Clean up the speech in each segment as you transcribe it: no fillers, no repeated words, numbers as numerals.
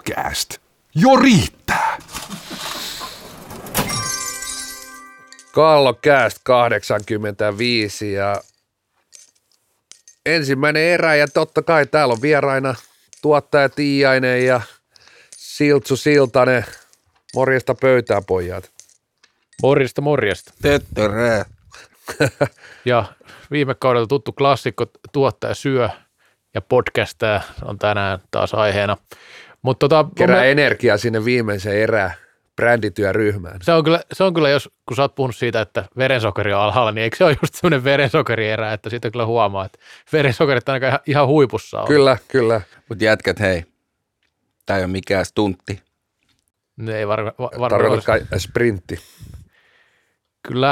Kallokääst. Jo riittää. Kallokääst 85 ja ensimmäinen erä ja totta kai täällä on vieraina tuottaja Tiiainen ja Siltsu Siltanen. Morjesta pöytään, pojat. Morjesta. Töttörö. Ja viime kaudella tuttu klassikko tuottaja syö ja podcastaa on tänään taas aiheena. Kerää energiaa sinne viimeiseen erään brändityöryhmään. Se on kyllä, kun sä oot puhunut siitä, että verensokeri on alhaalla, niin eikö se ole just semmoinen verensokerierä, että siitä kyllä huomaa, että verensokerit on ihan huipussa on. Kyllä. Mut jätkät, hei, tää ei ole mikään stuntti. Ne ei varmaan tarkoitatko sprintti? Kyllä.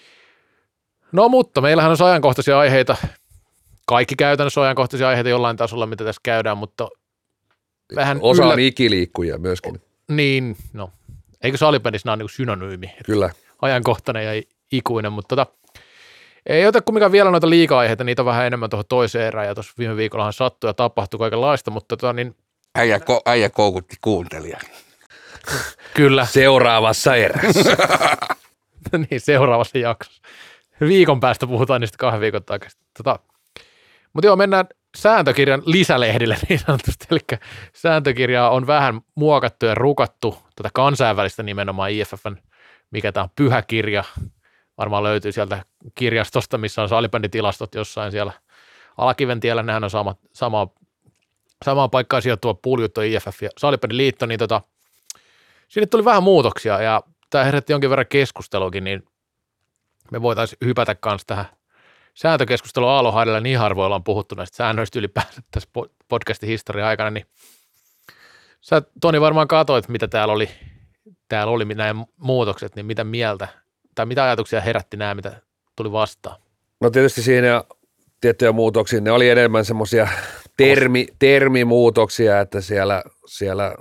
No mutta meillähän on ajankohtaisia aiheita. Kaikki käytännössä on ajankohtaisia aiheita jollain tasolla, mitä tässä käydään, mutta vähän osa on ikiliikkujia myöskin. Niin, no. Eikö salibändissä nämä ole niin synonyymi? Kyllä. Ajankohtainen ja ikuinen, mutta ei ota kumminkaan vielä noita liiga-aiheita, niitä on vähän enemmän tuohon toiseen erään, ja tuossa viime viikollahan sattui ja tapahtui kaikenlaista, mutta niin. Äijä koukutti kuuntelijaa. Kyllä. Seuraavassa erässä. Niin, seuraavassa jaksossa. Viikon päästä puhutaan niistä 2 viikon takaisin. Mutta joo, mennään sääntökirjan lisälehdille niin sanotusti, eli sääntökirjaa on vähän muokattu ja rukattu tätä kansainvälistä nimenomaan IFFn, mikä tämä on pyhä kirja, varmaan löytyy sieltä kirjastosta, missä on salibänditilastot jossain siellä Alakiventiellä, nehän on samaa paikkaa sijoittuva puljuttu IFF ja salibändiliitto, niin sinne tuli vähän muutoksia ja tämä herätti jonkin verran keskusteluakin, niin me voitaisiin hypätä kanssa tähän sääntökeskustelun aalohaidella, niin harvoilla on puhuttu näistä säännöistä ylipäänsä tässä podcastin historian aikana, niin sä Toni varmaan katsoit, mitä täällä oli nämä muutokset, niin mitä mieltä, tai mitä ajatuksia herätti nämä, mitä tuli vastaan? No tietysti siinä tiettyjä muutoksia, ne oli enemmän semmoisia termimuutoksia, että siellä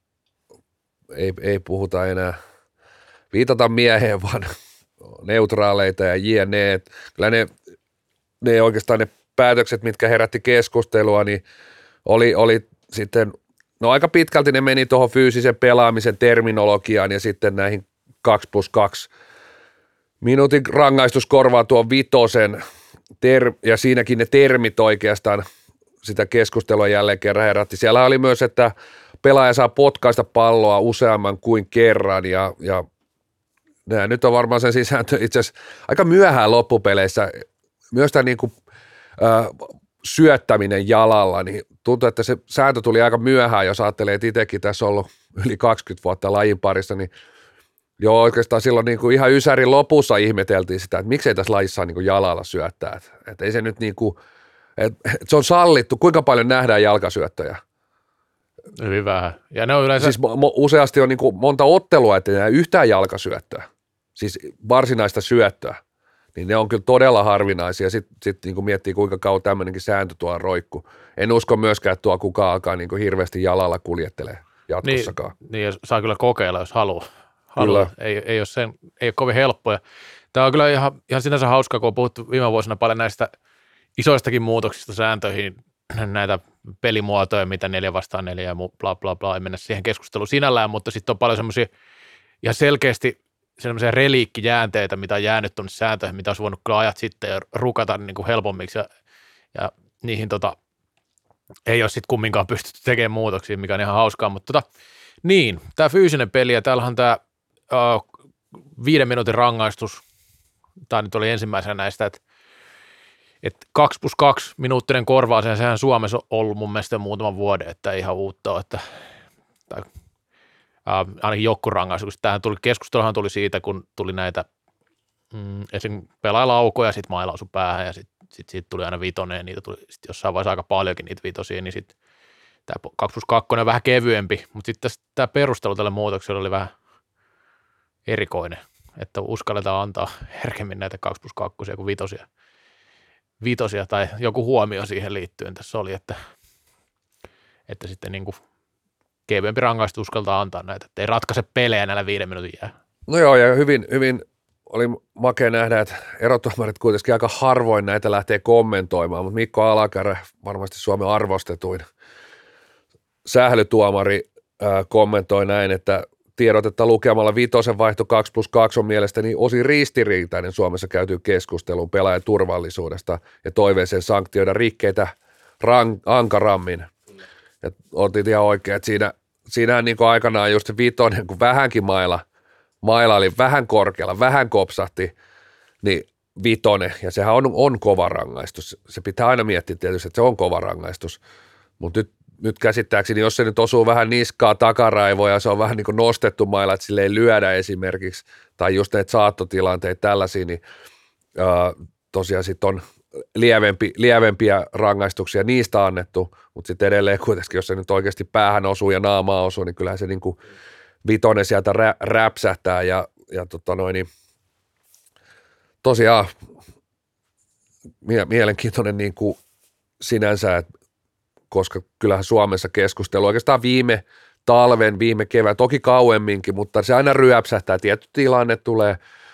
ei puhuta enää viitata mieheen, vaan neutraaleita ja jne. Kyllä ne oikeastaan ne päätökset, mitkä herätti keskustelua, niin oli sitten, no aika pitkälti ne meni tuohon fyysisen pelaamisen terminologiaan ja sitten näihin 2+2 minuutin rangaistus korvaa tuon 5 ja siinäkin ne termit oikeastaan sitä keskustelua jälleen kerran herätti. Siellä oli myös, että pelaaja saa potkaista palloa useamman kuin kerran ja nämä nyt on varmaan sen sisältö itse asiassa aika myöhään loppupeleissä. Myös tämä niin kuin, syöttäminen jalalla, niin tuntuu, että se sääntö tuli aika myöhään, jos ajattelee, että itsekin tässä on ollut yli 20 vuotta lajin parissa, niin joo oikeastaan silloin niin kuin ihan ysärin lopussa ihmeteltiin sitä, että miksei tässä lajissa saa niin kuin jalalla syöttää. Että ei se nyt niin kuin, että se on sallittu, kuinka paljon nähdään jalkasyöttöjä. Hyvin vähän. Ja ne on yleensä. Siis useasti on niin kuin monta ottelua, että ei näe yhtään jalkasyöttöä, siis varsinaista syöttöä. Niin ne on kyllä todella harvinaisia. Sitten niin miettii, kuinka kauan tämmöinenkin sääntö tuo roikku. En usko myöskään, että tuo kukaan alkaa niin hirveästi jalalla kuljettelee jatkossakaan. Niin saa kyllä kokeilla, jos haluaa. Ei ole kovin helppoja. Tämä on kyllä ihan sinänsä hauskaa, kun on puhuttu viime vuosina paljon näistä isoistakin muutoksista sääntöihin, näitä pelimuotoja, mitä 4-4 ja bla bla bla, ei mennä siihen keskusteluun sinällään, mutta sitten on paljon semmoisia ihan selkeästi sellaisia reliikkijäänteitä, mitä on jäänyt tuonne sääntöihin, mitä olisi voinut kyllä ajat sitten ja rukata niin kuin helpommiksi ja niihin ei ole sitten kumminkaan pystytty tekemään muutoksia, mikä on ihan hauskaa, mutta niin, tämä fyysinen peli ja täällähän tämä 5 minuutin rangaistus, tämä nyt oli ensimmäisenä näistä, että 2+2 minuuttinen korvaus, ja sehän Suomessa on ollut mun mielestä muutaman vuoden, että ihan uutta on, että ainakin jokkurangaistus, tähän keskusteluhan tuli siitä, kun tuli näitä esim. Pelaajalaukoja, sitten mailausu päähän, ja sitten siitä tuli aina 5, ja niitä tuli sitten jossain vaiheessa aika paljonkin niitä 5, niin sitten tämä 2+2 on vähän kevyempi, mutta sitten tämä perustelu tälle muutokselle oli vähän erikoinen, että uskalletaan antaa herkemmin näitä 2+2 kuin 5 tai joku huomio siihen liittyen tässä oli, että sitten niin kuin kevyempi rangaistus uskaltaa antaa näitä, että ei ratkaise pelejä näillä 5 minuutin jää. No joo, ja hyvin oli makea nähdä, että erotuomarit kuitenkin aika harvoin näitä lähtee kommentoimaan, mutta Mikko Alakärä, varmasti Suomen arvostetuin sählytuomari, kommentoi näin, että tiedotetta lukemalla Vitosen vaihto 2+2 on mielestäni osin ristiriitainen Suomessa käytyyn keskusteluun pelaajan turvallisuudesta ja toiveeseen sanktioida rikkeitä ankarammin. Ja otit ihan oikein, että siinähän niin aikanaan just se Vitonen, kun vähänkin maila oli vähän korkealla, vähän kopsahti, niin Vitonen, ja sehän on kova rangaistus. Se pitää aina miettiä tietysti, että se on kova rangaistus, mutta nyt käsittääkseni, jos se nyt osuu vähän niskaa takaraivoja ja se on vähän niin kuin nostettu mailla, että sille ei lyödä esimerkiksi, tai just näitä saattotilanteita tällaisia, niin tosiaan sitten on lievempiä rangaistuksia niistä annettu, mutta sitten edelleen kuitenkin, jos se nyt oikeasti päähän osuu ja naamaan osuu, niin kyllähän se niin kuin Vitonen sieltä räpsähtää ja niin tosiaan mielenkiintoinen niin kuin sinänsä, että koska kyllähän Suomessa keskustelu oikeastaan viime talven, viime kevään, toki kauemminkin, mutta se aina ryöpsähtää, tietty tilanne tulee,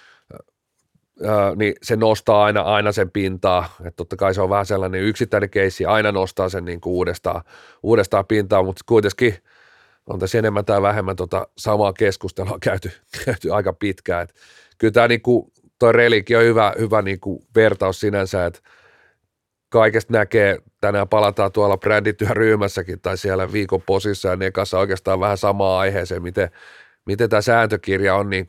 niin se nostaa aina sen pintaa, että totta kai se on vähän sellainen yksittäinen keissi, aina nostaa sen niin kuin uudestaan pintaa, mutta kuitenkin on tässä enemmän tai vähemmän samaa keskustelua käyty aika pitkään, että kyllä tämä niin kuin, toi Reliikki on hyvä niin kuin vertaus sinänsä, että kaikesta näkee, tänään palataan tuolla brändityöryhmässäkin tai siellä viikon posissa ja ne kanssa oikeastaan vähän samaa aiheeseen, miten tämä sääntökirja on niin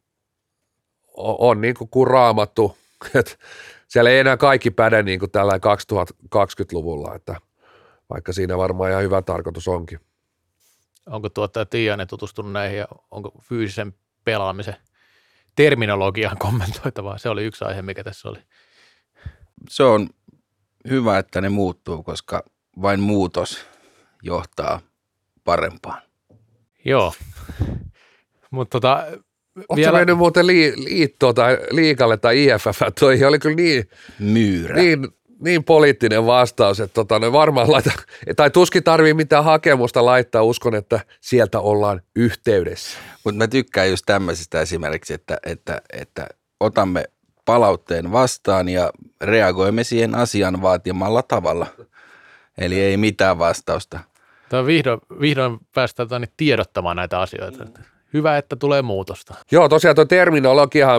kuin raamattu, että siellä ei enää kaikki päde niin kuin tällä 2020-luvulla, että vaikka siinä varmaan ihan hyvä tarkoitus onkin. Onko tuottaja Tiainen tutustunut näihin ja onko fyysisen pelaamisen terminologiaan kommentoitavaa? Se oli yksi aihe, mikä tässä oli. Se on hyvä, että ne muuttuu, koska vain muutos johtaa parempaan. Joo, mutta Oletko vielä mennyt muuten liittoon tai liikalle tai IFF? Toi oli kyllä niin poliittinen vastaus, että varmaan tai tuskin tarvii mitään hakemusta laittaa, uskon, että sieltä ollaan yhteydessä. Mutta mä tykkään just tämmöisestä esimerkiksi, että otamme palautteen vastaan ja reagoimme siihen asian vaatimalla tavalla. Eli ei mitään vastausta. Tämä vihdoin päästään tiedottamaan näitä asioita. Hyvä, että tulee muutosta. Joo, tosiaan tuo terminologiahan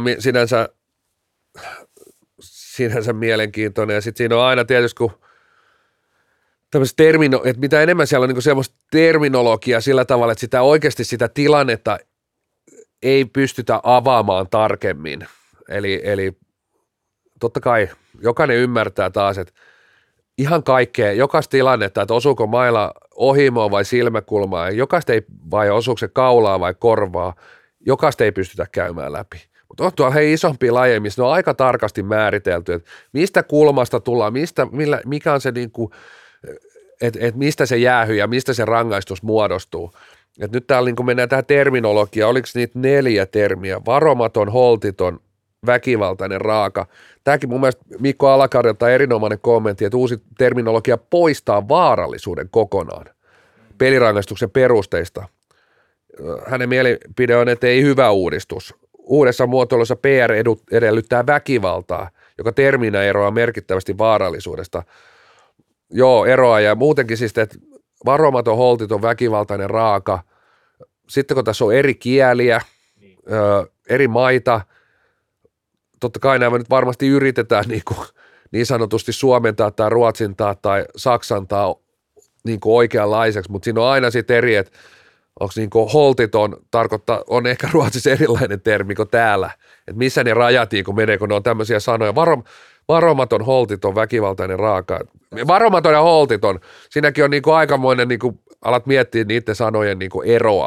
sinänsä mielenkiintoinen. Ja sitten siinä on aina tietysti, kun että mitä enemmän siellä on niin semmoista terminologiaa sillä tavalla, että sitä oikeasti sitä tilannetta ei pystytä avaamaan tarkemmin. Eli totta kai jokainen ymmärtää taas, että ihan kaikkea, jokaista tilannetta, että osuuko mailla ohimoa vai silmäkulmaa, jokaista ei, vai osuuko se kaulaa vai korvaa, jokaista ei pystytä käymään läpi. Mutta on tuolla isompia lajeja, missä ne on aika tarkasti määritelty, että mistä kulmasta tullaan, mikä on se niinku, että mistä se jäähyy ja mistä se rangaistus muodostuu. Et nyt täällä niin mennään tähän terminologiaan, oliko niitä 4 termiä, varomaton, holtiton, väkivaltainen, raaka. Tämäkin mun mielestä Mikko Alakarjalta erinomainen kommentti, että uusi terminologia poistaa vaarallisuuden kokonaan pelirangaistuksen perusteista. Hänen mielipide on, että ei hyvä uudistus. Uudessa muotoilussa PR edellyttää väkivaltaa, joka terminä eroaa merkittävästi vaarallisuudesta. Joo, eroaa ja muutenkin siis, että varomaton, holtiton, väkivaltainen, raaka. Sitten kun tässä on eri kieliä, eri maita, totta kai nämä nyt varmasti yritetään niin sanotusti suomentaa tai ruotsintaa tai saksantaa niin kuin oikeanlaiseksi, mutta siinä on aina sitten eri, että onko niin kuin holtiton tarkoittaa, on ehkä Ruotsissa erilainen termi kuin täällä, että missä ne rajat niin kuin menee, kun ne on tämmöisiä sanoja, varomaton, holtiton, väkivaltainen, raaka. Varomaton ja holtiton, siinäkin on niin kuin aikamoinen, niin kuin alat miettiä niiden sanojen niin kuin eroa.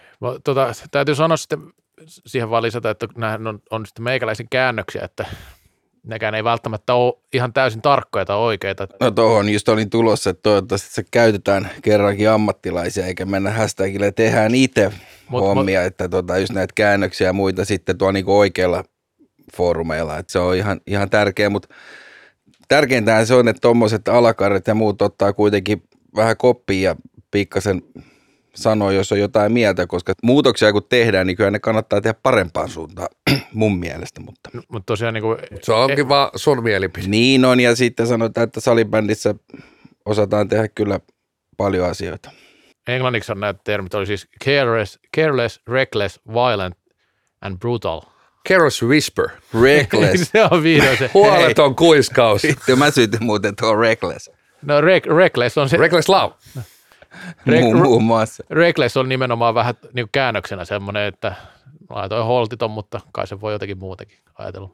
Täytyy sanoa sitten siihen vaan lisätä, että nämähän on sitten meikäläisen käännöksiä, että nekään ei välttämättä ole ihan täysin tarkkoja tai oikeita. No tuohon just olin tulossa, että toivottavasti se käytetään kerrankin ammattilaisia, eikä mennä hashtagille tehdään itse hommia, että just näitä käännöksiä ja muita sitten tuo niinku oikeilla foorumeilla, että se on ihan tärkeä, mutta tärkeintähän se on, että tuommoiset alakarret ja muut ottaa kuitenkin vähän koppia ja pikkasen sanoo, jos on jotain mieltä, koska muutoksia kun tehdään, niin kyllä ne kannattaa tehdä parempaan suuntaan mun mielestä. Mutta tosiaan niin kuin, se onkin vaan sun mielipide. Niin on, ja sitten sanotaan, että salibändissä osataan tehdä kyllä paljon asioita. Englanniksi on näitä termit, oli siis careless, reckless, violent and brutal. Careless whisper. Reckless. Se on vihdoin se. Huoleton kuiskaus. Vittu, mä syytin muuten tuon reckless. No reckless on se. Reckless love. Muun muassa. Reckless on nimenomaan vähän niin kuin käännöksenä semmoinen, että laitoin holtiton, mutta kai se voi jotenkin muutenkin ajatella.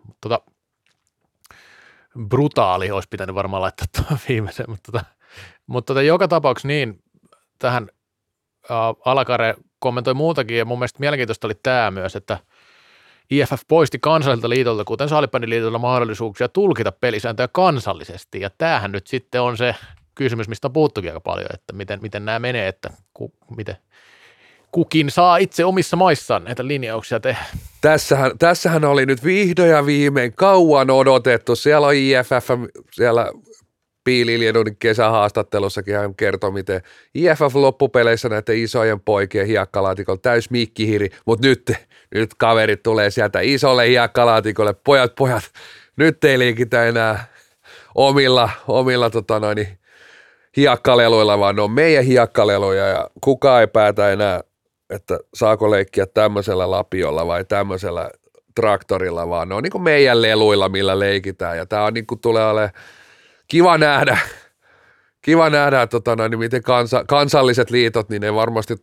Brutaali olisi pitänyt varmaan laittaa tuon viimeisen, mutta joka tapauksessa niin tähän Alakare kommentoi muutakin ja mun mielestä mielenkiintoista oli tämä myös, että IFF poisti kansalliselta liitolta, kuten Salibändiliitolta, mahdollisuuksia tulkita pelisääntöjä kansallisesti ja tämähän nyt sitten on se kysymys, mistä on puhuttukin aika paljon, että miten nämä menee, että miten kukin saa itse omissa maissaan näitä linjauksia tehdä. Tässähän oli nyt vihdoin ja viimein kauan odotettu. Siellä on IFF, siellä Piili Iljenudin kesähaastattelussakin hän kertoi, miten IFF loppupeleissä näiden isojen poikien hiekkalaatikolla täys mikkihiri, mutta nyt kaverit tulee sieltä isolle hiekkalaatikolle, pojat, nyt ei liikitä enää omilla hiekkaleluilla, vaan ne on meidän hiekkaleluja ja kukaan ei päätä enää, että saako leikkiä tämmöisellä lapiolla vai tämmöisellä traktorilla, vaan ne on niin kuin meidän leluilla, millä leikitään ja tämä on niin kuin tulee olemaan kiva nähdä miten kansalliset liitot, niin ne varmasti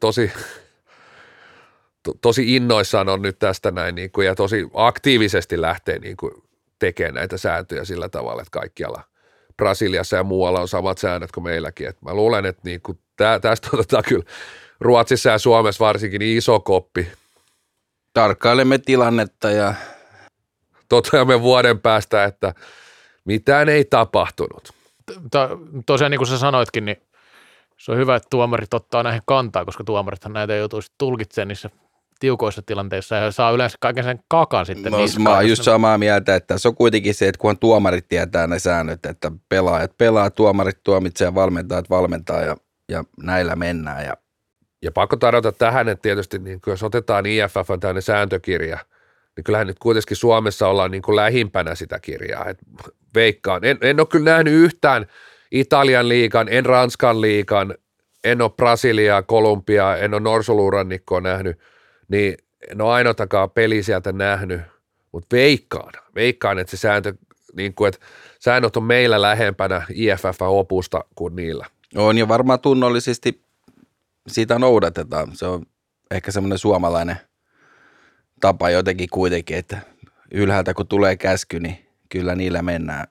tosi innoissaan on nyt tästä näin niin kuin, ja tosi aktiivisesti lähtee niin kuin, tekemään näitä sääntöjä sillä tavalla, että kaikkialla Brasiliassa ja muualla on samat säännöt kuin meilläkin. Et mä luulen, että niin kuin, tästä otetaan kyllä Ruotsissa ja Suomessa varsinkin niin iso koppi. Tarkkailemme tilannetta ja toteamme vuoden päästä, että mitään ei tapahtunut. Tosiaan niin kuin sä sanoitkin, niin se on hyvä, että tuomarit ottaa näihin kantaa, koska tuomarithan näitä joutuu tulkitsemaan niissä tiukoissa tilanteissa ja saa yleensä kaiken sen kakan sitten. No mä oon just samaa mieltä, että se on kuitenkin se, että kun tuomarit tietää ne säännöt, että pelaajat pelaa, tuomarit tuomitsee ja valmentajat valmentaa ja näillä mennään. Ja pakko tarjota tähän, että tietysti niin jos otetaan IFF:n tämmöinen sääntökirja, niin kyllähän nyt kuitenkin Suomessa ollaan niin kuin lähimpänä sitä kirjaa. Et veikkaan. En ole kyllä nähnyt yhtään Italian liigan, en Ranskan liigan, en ole Brasiliaa, Kolumbiaa, en ole Norsuluurannikkoa nähnyt, niin en ole ainoatakaan peli sieltä nähnyt, mutta veikkaan, että se sääntö, niin kuin, että säännöt on meillä lähempänä IFF-opusta kuin niillä. On ja varmaan tunnollisesti sitä noudatetaan. Se on ehkä semmoinen suomalainen tapa jotenkin kuitenkin, että ylhäältä kun tulee käsky, niin kyllä niillä mennään.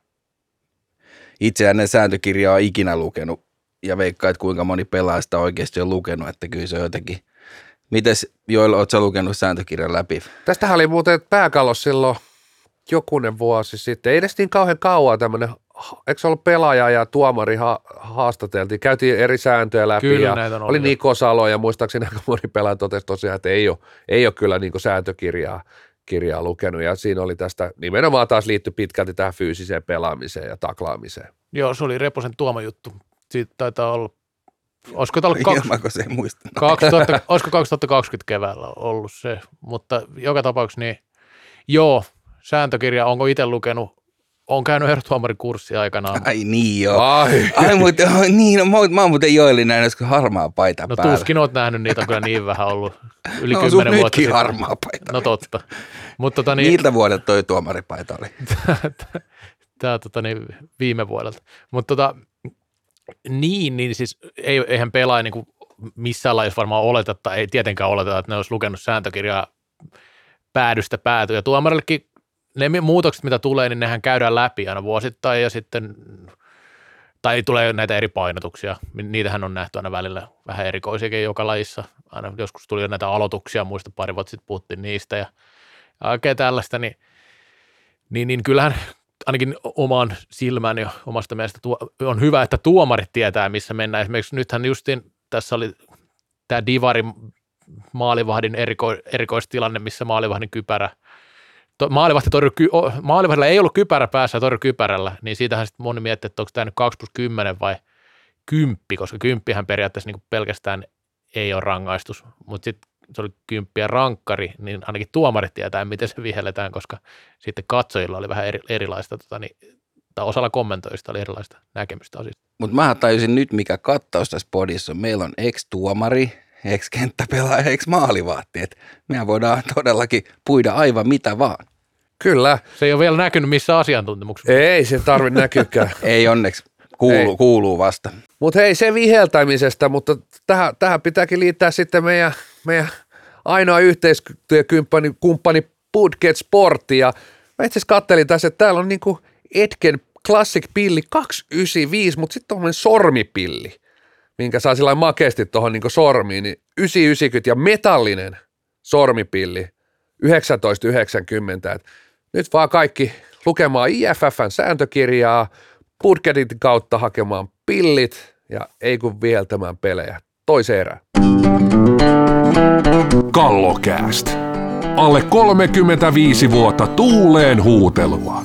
Itse en sääntökirjaa ole ikinä lukenut ja veikkaan, että kuinka moni pelaa sitä oikeasti on lukenut, että kyllä se on jotenkin. Mites Joel, ootko sä lukenut sääntökirjan läpi? Tästähän oli muuten pääkallos silloin jokunen vuosi sitten. Ei edes niin kauhean kauan tämmöinen, eikö se ollut pelaaja ja tuomari haastateltiin, käytiin eri sääntöjä läpi. Kyllä, ja oli Niko Salo ja muistaakseni aika moni pelaaja totesi tosiaan, että ei ole kyllä niin kuin sääntökirjaa lukenut ja siinä oli tästä nimenomaan taas liittyi pitkälti tähän fyysiseen pelaamiseen ja taklaamiseen. Joo, se oli Reposen tuomajuttu. Siitä taitaa olla, olisiko ollut olisiko 2020 keväällä ollut se, mutta joka tapauksessa niin joo, sääntökirja, onko itse lukenut, on käynyt erotuomarikurssi aikanaan. Ai niin joo. Ai mutta niin, no, mä oon muuten Joelin näin, olisiko harmaa paita päällä. No tuskin oot nähnyt, niitä on kyllä niin vähän ollut yli 10 vuotta. No nytkin harmaa paita. No totta. Mutta niiltä vuodelta toi tuomaripaita oli. Tämä viime vuodelta. Mutta niin siis eihän pelaaja niin missään lailla varmaan oleteta, ei tietenkään oleteta, että ne olisi lukenut sääntökirjaa päädystä päätyä. Ja tuomarillekin ne muutokset, mitä tulee, niin nehän käydään läpi aina vuosittain ja sitten, tai tulee näitä eri painotuksia. Niitähän on nähty aina välillä vähän erikoisiakin joka lajissa. Aina joskus tuli näitä aloituksia, muista pari vuotta sitten puhuttiin niistä ja oikein tällaista, niin kyllähän ainakin omaan silmään ja omasta mielestä on hyvä, että tuomarit tietää, missä mennään. Esimerkiksi nythän justiin tässä oli tämä Divarin maalivahdin erikoistilanne, missä maalivahdin kypärä, maalivahdilla ei ollut kypärä päässä ja torjui kypärällä, niin siitähän sitten moni miettii, että onko tämä nyt 2+10 vai 10, koska 10hän periaatteessa niin pelkästään ei ole rangaistus, mutta sitten se oli 10 rankkari, niin ainakin tuomarit tietää, miten se vihelletään, koska sitten katsojilla oli vähän erilaista, tai osalla kommentoista oli erilaista näkemystä asiasta. Mutta mä tajusin nyt, mikä kattaus tässä podissa on. Meillä on ex-tuomari, ex-kenttäpelaaja, ex-maalivahti. Että mehän voidaan todellakin puida aivan mitä vaan. Kyllä. Se ei ole vielä näkynyt missä asiantuntemuksessa. Ei se tarvitse näkyykään. Ei onneksi. Kuuluu vasta. Mutta hei, se viheltämisestä, mutta tähän pitääkin liittää sitten meidän ainoa yhteistyökumppani Budget Sportti. Ja mä itse asiassa kattelin tässä, että täällä on niinku Etken Classic Pilli 295, mutta sitten tuommoinen sormipilli, minkä saa sillä makeasti tuohon niinku sormiin, niin 990 ja metallinen sormipilli 1990. Et nyt vaan kaikki lukemaan IFFn sääntökirjaa, Budgetin kautta hakemaan pillit ja ei kun viheltämään pelejä. Toiseen erään. Kallokääst. Alle 35 vuotta tuuleen huutelua.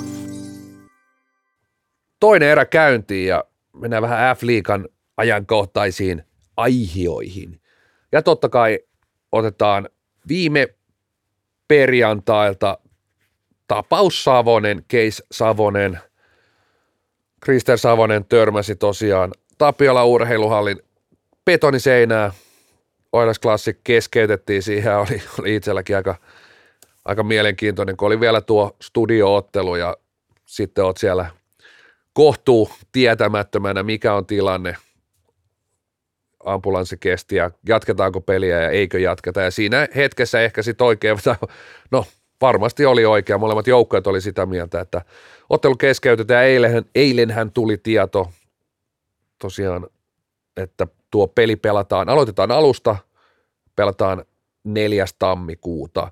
Toinen erä käyntiin ja mennään vähän F-liigan ajankohtaisiin aihioihin. Ja totta kai otetaan viime perjantailta tapaus Savonen, case Savonen. Krister Savonen törmäsi tosiaan Tapiola urheiluhallin betoniseinää. Oilers Classic keskeytettiin siihen, oli itselläkin aika mielenkiintoinen, kun oli vielä tuo studio-ottelu ja sitten oot siellä kohtuu tietämättömänä, mikä on tilanne. Ambulanssi kesti ja jatketaanko peliä ja eikö jatketa. Ja siinä hetkessä ehkä sitten oikein, no varmasti oli oikea. Molemmat joukkueet oli sitä mieltä, että ottelu keskeytetään. Eilenhän tuli tieto tosiaan, että tuo peli aloitetaan alusta, pelataan 4. tammikuuta.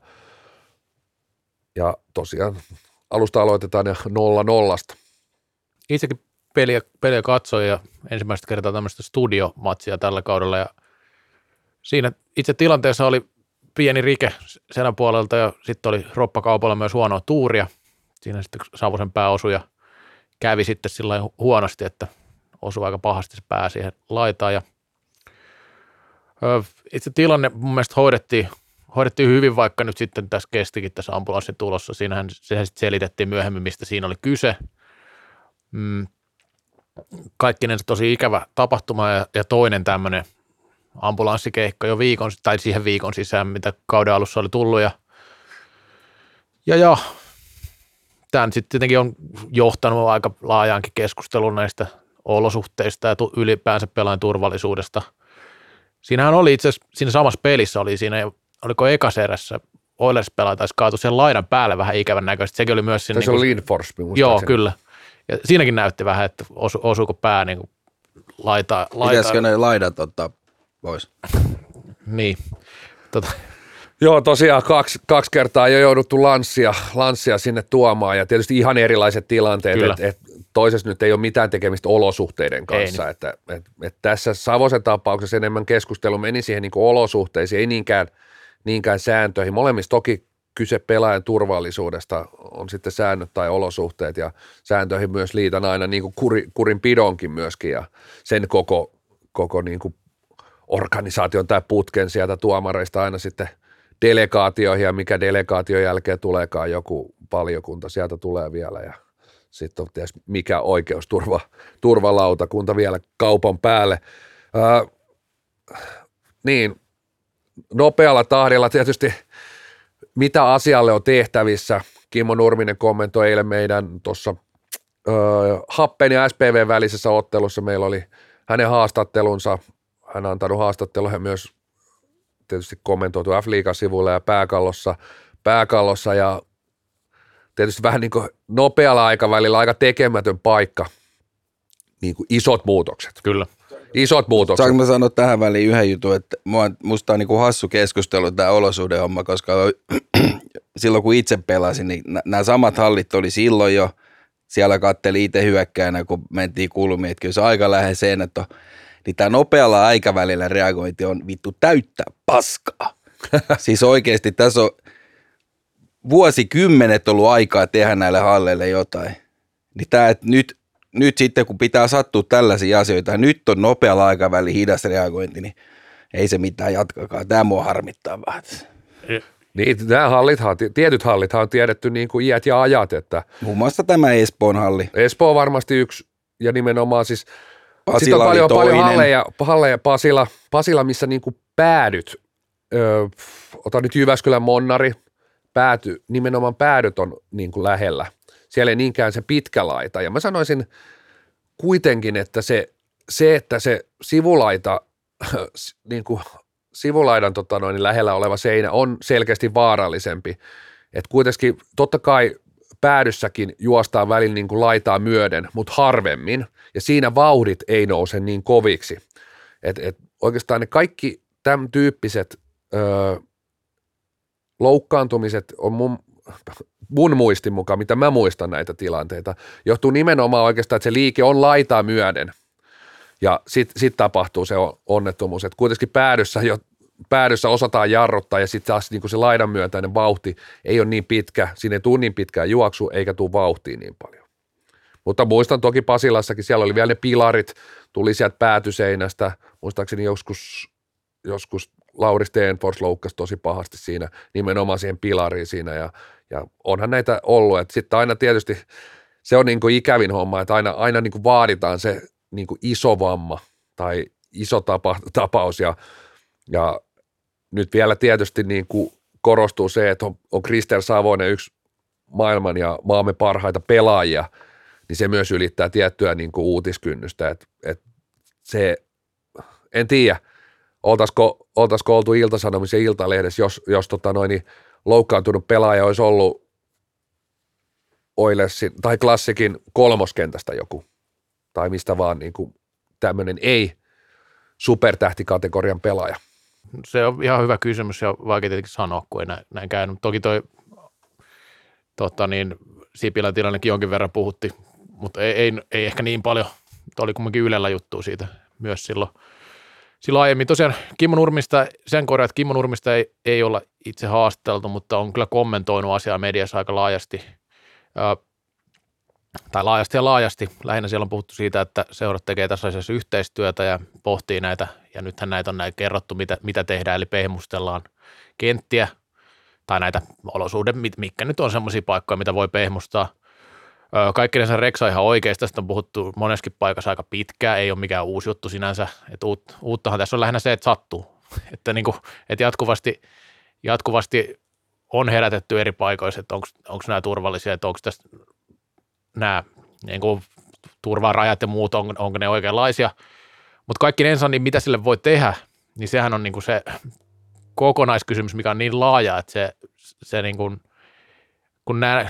Ja tosiaan alusta aloitetaan ja 0-0. Itsekin peliä katsoin ja ensimmäistä kertaa tämmöistä studiomatsia tällä kaudella ja siinä itse tilanteessa oli pieni rike Senän puolelta ja sitten oli roppakaupalla myös huonoa tuuria. Siinä sitten Savosen pää osui ja kävi sitten sillä huonosti, että osui aika pahasti se pää siihen laitaan ja itse tilanne mun mielestä hoidettiin hyvin, vaikka nyt sitten tässä kestikin tässä ambulanssin tulossa. Siinähän sehän sitten selitettiin myöhemmin, mistä siinä oli kyse. Kaikkinen tosi ikävä tapahtuma ja toinen tämmöinen ambulanssikeikka jo siihen viikon sisään, mitä kauden alussa oli tullut. Ja tämän sitten tietenkin on johtanut aika laajaankin keskusteluun näistä olosuhteista ja ylipäänsä pelaajan turvallisuudesta. Siinähän oli itse asiassa, siinä samassa pelissä oli siinä, oliko ekaserässä Oilers-pelaaja taisi kaatu sen laidan päälle vähän ikävän näköisesti. Sekin oli myös siinä. Se on Lindfors. Joo, kyllä. Ja siinäkin näytti vähän, että osuuko pää niin laitaa. Pitäisikö ne laidat ottaa pois? Niin. Joo, tosiaan kaksi kertaa jo jouduttu lanssia sinne tuomaan ja tietysti ihan erilaiset tilanteet, että toisessa nyt ei ole mitään tekemistä olosuhteiden kanssa, että tässä Savosen tapauksessa enemmän keskustelu meni siihen niin kuin olosuhteisiin, ei niinkään sääntöihin. Molemmissa toki kyse pelaajan turvallisuudesta on sitten säännöt tai olosuhteet ja sääntöihin myös liitän aina niin kuin kurinpidonkin myöskin ja sen koko niin kuin organisaation tai putken sieltä tuomareista aina sitten delegaatioihin ja mikä delegaation jälkeen tuleekaan joku valiokunta sieltä tulee vielä ja sitten on tietysti mikä oikeusturvalautakunta vielä kaupan päälle. Niin, nopealla tahdilla tietysti mitä asialle on tehtävissä. Kimmo Nurminen kommentoi eilen meidän tuossa Happen ja SPV välisessä ottelussa. Meillä oli hänen haastattelunsa. Hän on antanut haastatteluja myös tietysti kommentoitu F-liigan sivuilla ja pääkallossa ja tietysti vähän niin kuin nopealla aikavälillä aika tekemätön paikka, niin kuin isot muutokset. Kyllä. Isot muutokset. Saanko mä sanoa tähän väliin yhden jutun, että musta on niin kuin hassu keskustelu tämä olosuhdehomma, koska silloin kun itse pelasin, niin nämä samat hallit oli silloin jo, siellä katteli itse hyökkäänä, kun mentiin kulmiin, että kyllä se aika lähes että niin tämä nopealla aikavälillä reagointi on vittu täyttä paskaa. Siis oikeasti tässä on vuosikymmenet ollut aikaa tehdä näille halleille jotain. Niin tämä, että nyt sitten kun pitää sattua tällaisia asioita, nyt on nopealla aikavälillä hidas reagointi, niin ei se mitään jatkakaan. Tämä mua harmittaa vähän. Niin, tietyt hallithan on tiedetty niin kuin iät ja ajat. Että muun muassa tämä Espoon halli. Espoo on varmasti yksi ja nimenomaan siis Sitten on paljon halleja Pasila, missä niinku päädyt, ota nyt Jyväskylän Monnari, nimenomaan päädyt on niinku lähellä. Siellä ei niinkään se pitkä laita. Ja mä sanoisin kuitenkin, että että se sivulaita, niinku sivulaidan lähellä oleva seinä on selkeästi vaarallisempi. Että kuitenkin totta kai päädyssäkin juostaan välillä niin kuin laitaa myöden, mutta harvemmin, ja siinä vauhdit ei nouse niin koviksi. Et oikeastaan ne kaikki tämän tyyppiset loukkaantumiset on mun muistin mukaan, mitä mä muistan näitä tilanteita, johtuu nimenomaan oikeastaan, että se liike on laitaa myöden, ja sit tapahtuu se onnettomuus, että kuitenkin päädyssä osataan jarruttaa, ja sitten taas niin se laidan myötäinen vauhti ei ole niin pitkä, siinä ei tule niin pitkää juoksu, eikä tule vauhtia niin paljon. Mutta muistan toki Pasilassakin, siellä oli vielä ne pilarit, tuli sieltä päätyseinästä, muistaakseni joskus Lauri Stenfors loukkasi tosi pahasti siinä, nimenomaan siihen pilariin siinä, ja onhan näitä ollut, että sitten aina tietysti se on niin kuin ikävin homma, että aina niin kuin vaaditaan se niin kuin iso vamma tai iso tapaus, ja nyt vielä tietysti niin kuin korostuu se, että on Krister Savonen yksi maailman ja maamme parhaita pelaajia, niin se myös ylittää tiettyä niin kuin uutiskynnystä, että se, en tiedä, oltaisiko oltu Ilta-Sanomissa ja Iltalehdessä, jos loukkaantunut pelaaja olisi ollut Oilersin tai Klassikin kolmoskentästä joku, tai mistä vaan niin kuin tämmöinen ei-supertähtikategorian pelaaja. Se on ihan hyvä kysymys ja vaikea tietenkin sanoa, kun ei näin käynyt. Toki Sipilän tilannekin jonkin verran puhutti, mutta ei ehkä niin paljon. Oli kumminkin Ylellä juttua siitä myös silloin aiemmin. Tosiaan Kimmo Nurmista, sen korjaa, että Kimmo Nurmista ei olla itse haasteltu, mutta on kyllä kommentoinut asiaa mediassa aika laajasti. Tai laajasti. Lähinnä siellä on puhuttu siitä, että seurat tekee tässä asiassa yhteistyötä ja pohtii näitä, ja nythän näitä on näin kerrottu, mitä tehdään, eli pehmustellaan kenttiä tai näitä olosuhde, mitkä nyt on semmoisia paikkoja, mitä voi pehmustaa. Kaikkinensa Reksa ihan oikeasti, tästä on puhuttu moneskin paikassa aika pitkään, ei ole mikään uusi juttu sinänsä, että uuttahan tässä on lähinnä se, että sattuu, että, niin kuin, että jatkuvasti on herätetty eri paikoissa, että onko nämä turvallisia, että onko tässä nämä niin kuin turvarajat ja muut, onko ne oikeanlaisia, mutta kaikkinensa, niin mitä sille voi tehdä, niin sehän on niin kuin se kokonaiskysymys, mikä on niin laaja, että se niin kuin, kun nämä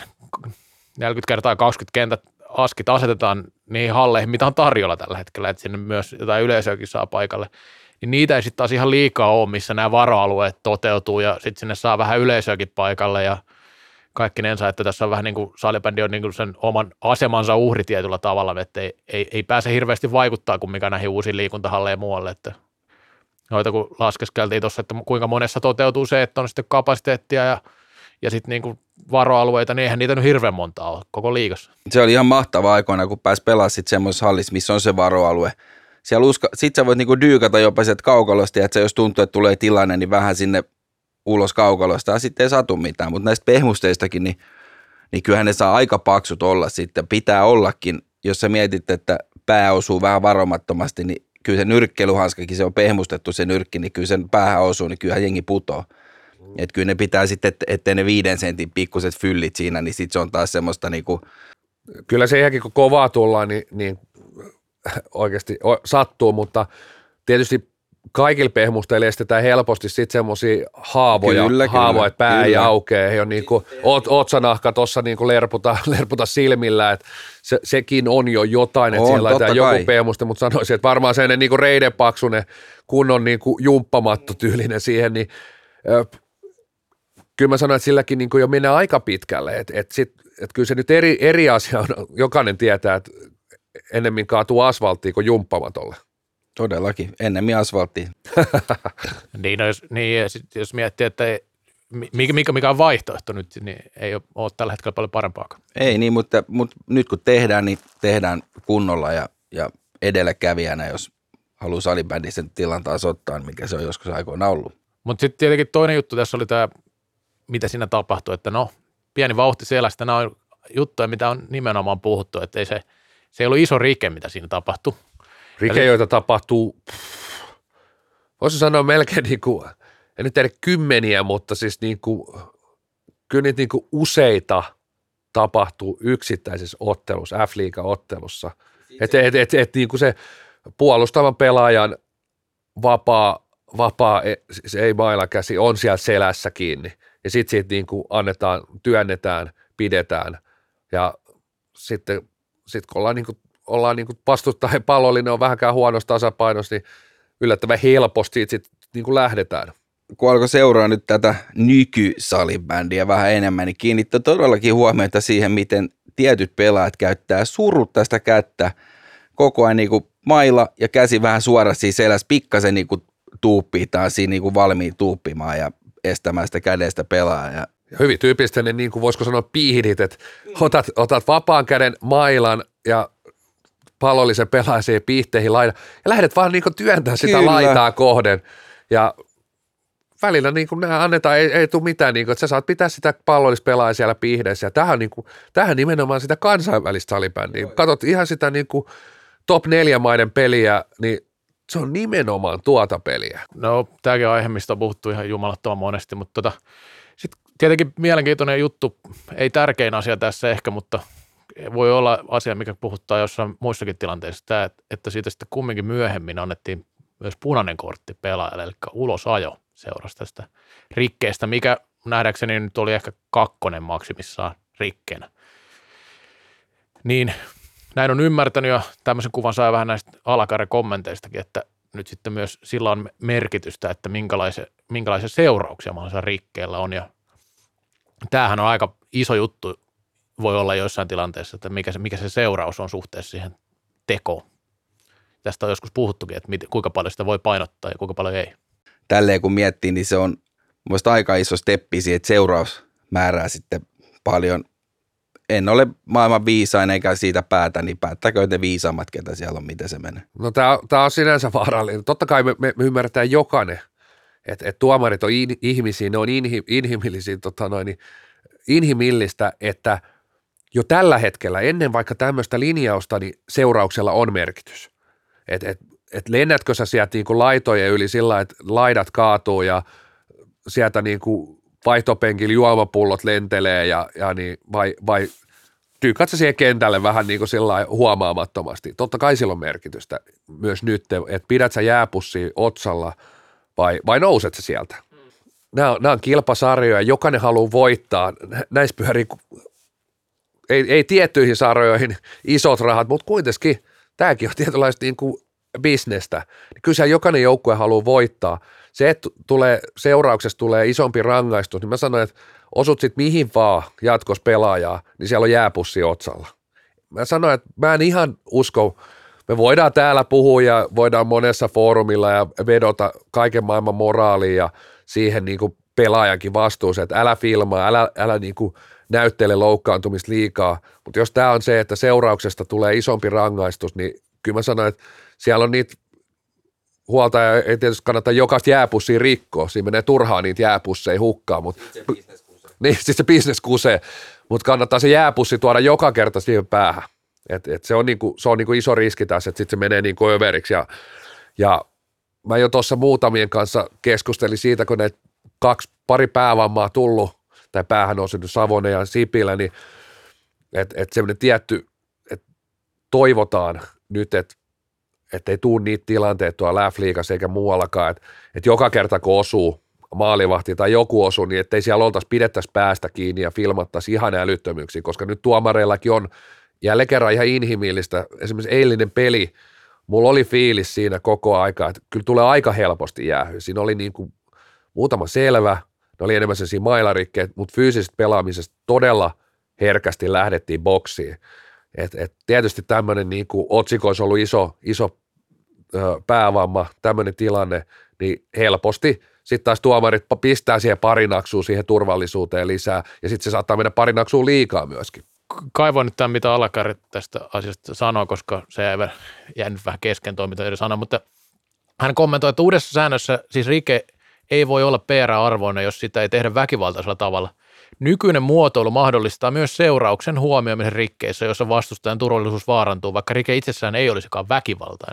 40 x 20 kentät askit asetetaan niihin halleihin, mitä on tarjolla tällä hetkellä, että sinne myös jotain yleisöäkin saa paikalle, niin niitä ei sitten taas ihan liikaa ole, missä nämä varoalueet toteutuu ja sitten sinne saa vähän yleisöäkin paikalle ja kaikkinensa, että tässä on vähän niin kuin salibändi on niin kuin sen oman asemansa uhri tietyllä tavalla, että ei pääse hirveästi vaikuttaa kumminkaan näihin uusiin liikuntahalleihin muualle, että noita kun laskeskeltiin tuossa, että kuinka monessa toteutuu se, että on sitten kapasiteettia ja sitten niin kuin varoalueita, niin eihän niitä nyt hirveän montaa ole koko liigassa. Se oli ihan mahtava aikoina, kun pääsi pelaamaan sitten semmoisessa hallissa, missä on se varoalue. Sitten sä voit niinku dyykata jopa sieltä kaukalosta, että jos tuntuu, että tulee tilanne, niin vähän sinne ulos kaukalosta ja sitten ei satu mitään. Mutta näistä pehmusteistakin, niin kyllähän ne saa aika paksut olla sitten. Pitää ollakin, jos sä mietit, että pää osuu vähän varomattomasti, niin kyllä se nyrkkeilyhanskakin, se on pehmustettu se nyrkki, niin kyllä sen päähän osuu, niin kyllähän jengi putoo. Että kyllä ne pitää sitten, ettei ne 5 sentin pikkuset fyllit siinä, niin sitten se on taas semmoista niinku. Kyllä se ihan kun kovaa tullaan, niin oikeasti sattuu, mutta tietysti kaikilla pehmusteilla estetään helposti sitten semmoisia haavoja, että pää ei aukee. He on niin kuin otsanahka tuossa niin kuin lerputa silmillä, että sekin on jo jotain, että siellä laitetaan joku pehmuste, mutta sanoisin, että varmaan sellainen niin kuin reidenpaksunen, kunnon niin kuin jumppamattotyylinen siihen, niin kyllä mä sanoin, että silläkin niin kuin jo mennään aika pitkälle, että kyllä se nyt eri asia on, jokainen tietää, että ennemmin kaatuu asfalttiin kuin jumppamatolle. Todellakin, ennemmin asfalttiin. Jos miettii, että mikä on vaihtoehto nyt, niin ei ole tällä hetkellä paljon parempaakaan. Ei niin, mutta nyt kun tehdään, niin tehdään kunnolla ja edelläkävijänä, jos haluaa salibändin sen tilan taas ottaa, mikä se on joskus aikoina ollut. Mutta sitten tietenkin toinen juttu tässä oli tämä, mitä siinä tapahtui, että pieni vauhti selästä, nämä on juttuja, mitä on nimenomaan puhuttu, että se ei ollut iso rike, mitä siinä tapahtui. Rike, joita tapahtuu, voisi sanoa melkein niin kuin, en nyt tiedä kymmeniä, mutta siis niin kuin, kyllä niitä niin kuin useita tapahtuu yksittäisessä ottelussa, F-liigan ottelussa. Että niin kuin se puolustavan pelaajan vapaa ei mailakäsi on siellä selässä kiinni. Ja sitten siitä niin kuin työnnetään, pidetään. Ja sitten kun ollaan niin kuin vastustajan pallollinen on vähänkään huonossa tasapainossa, niin yllättävän helposti siitä niin kuin lähdetään. Kun alkoi seuraa nyt tätä nykysalibändiä vähän enemmän, niin kiinnittää todellakin huomiota siihen, miten tietyt pelaajat käyttää surutta kättä koko ajan niin kuin mailla ja käsi vähän suorassa siinä selässä, pikkasen niin kuin tuuppii taas siinä niin kuin valmiin tuuppimaan ja estämään sitä kädestä pelaajaa. Hyvin tyypillistä ne, niin kuin voisiko sanoa piihdit, että otat vapaan käden mailan ja pallollisen pelaajan siihen piihteihin laidan ja lähdet vaan niin kuin työntämään sitä laitaa kohden ja välillä niin kuin nämä annetaan, ei tule mitään, niin kuin, että sä saat pitää sitä pallollista siellä piihdeissä ja tähän nimenomaan sitä kansainvälistä salibändiä. Katsot ihan sitä niin kuin top 4 maiden peliä, niin se on nimenomaan tuota peliä. No, tämäkin on aihe, mistä on puhuttu ihan jumalattoman monesti, mutta sitten tietenkin mielenkiintoinen juttu, ei tärkein asia tässä ehkä, mutta voi olla asia, mikä puhuttaa jossain muissakin tilanteissa, tämä, että siitä sitten kumminkin myöhemmin annettiin myös punainen kortti pelaajalle, eli ulosajo seurasi tästä rikkeestä, mikä nähdäkseni nyt oli ehkä 2 maksimissaan rikkeenä. Niin näin on ymmärtänyt ja tämmöisen kuvan saa vähän näistä alakarjan kommenteistakin, että nyt sitten myös sillä on merkitystä, että minkälaisia seurauksia mahdollisella rikkeellä on ja tämähän on aika iso juttu, voi olla joissain tilanteissa, että mikä se seuraus on suhteessa siihen tekoon. Tästä on joskus puhuttukin, että kuinka paljon sitä voi painottaa ja kuinka paljon ei. Tälleen kun miettii, niin se on mielestäni aika iso steppi siihen, että seuraus määrää sitten paljon. En ole maailman viisain eikä siitä päätä, niin päättäkö ne viisaammat, ketä siellä on, miten se menee. No tämä on sinänsä vaarallinen. Totta kai me ymmärretään jokainen, että tuomarit on ihmisiä, ne on inhimillisiä, inhimillistä, että jo tällä hetkellä, ennen vaikka tämmöistä linjausta, niin seurauksella on merkitys. Et lennätkö sä sieltä niinku laitojen yli sillä, että laidat kaatuu ja sieltä niinku vaihtopenkillä juomapullot lentelee ja niin, vai tyykkät sä siihen kentälle vähän niin kuin sillä huomaamattomasti. Totta kai sillä on merkitystä myös nyt, että pidät sä jääpussia otsalla vai nouset sä sieltä. Nämä on kilpasarjoja, jokainen haluaa voittaa. Näissä pyörii, ei tiettyihin sarjoihin isot rahat, mutta kuitenkin tämäkin on tietynlaista niin kuin bisnestä. Kyllä jokainen joukkue haluaa voittaa. Se, että seurauksesta tulee isompi rangaistus, niin mä sanoin, että osut sitten mihin vaan jatkos pelaajaa, niin siellä on jääpussi otsalla. Mä sanoin, että mä en ihan usko, me voidaan täällä puhua ja voidaan monessa foorumilla ja vedota kaiken maailman moraaliin ja siihen niin kuin pelaajankin vastuuseen, että älä filmaa, älä niin kuin näyttele loukkaantumista liikaa, mutta jos tämä on se, että seurauksesta tulee isompi rangaistus, niin kyllä mä sanoin, että siellä on niitä huoltaja ei tietysti kannata jokaista jääpussia rikkoa, siinä menee turhaan niitä jääpusseja hukkaan, mutta sitten se bisnes kusee, mutta kannattaa se jääpussi tuoda joka kerta siihen päähän, se on niinku iso riski tässä, että sitten se menee niinku överiksi ja mä jo tuossa muutamien kanssa keskustelin siitä, kun näitä pari päävammaa tullut, tai päähän on syntynyt Savonen ja Sipilä, niin että semmoinen tietty, että toivotaan nyt, että ei tule niitä tilanteita tuolla F-liigassa eikä muuallakaan, että joka kerta kun osuu maalivahti tai joku osuu, niin ettei siellä pidettäisi päästä kiinni ja filmattaisi ihan älyttömyyksiä, koska nyt tuomareillakin on jälleen kerran ihan inhimillistä. Esimerkiksi eilinen peli, mulla oli fiilis siinä koko aika, että kyllä tulee aika helposti jäähy. Siinä oli niin kuin muutama selvä, ne oli enemmän sellaisia mailarikkeet, mutta fyysisestä pelaamisesta todella herkästi lähdettiin boksiin. Et tietysti tämmöinen niin kuin otsikoissa ollut iso päävamma, tämmöinen tilanne, niin helposti sitten taas tuomarit pistää siihen pari naksua siihen turvallisuuteen lisää, ja sitten se saattaa mennä pari naksua liikaa myöskin. Kaivoin nyt tämän, mitä Alakari tästä asiasta sanoi, koska se jäi nyt vähän kesken tuo, mitä eri sanoi, mutta hän kommentoi, että uudessa säännössä siis rike ei voi olla PR-arvoinen, jos sitä ei tehdä väkivaltaisella tavalla. Nykyinen muotoilu mahdollistaa myös seurauksen huomioimisen rikkeissä, jossa vastustajan turvallisuus vaarantuu, vaikka rike itsessään ei olisikaan väkivaltainen.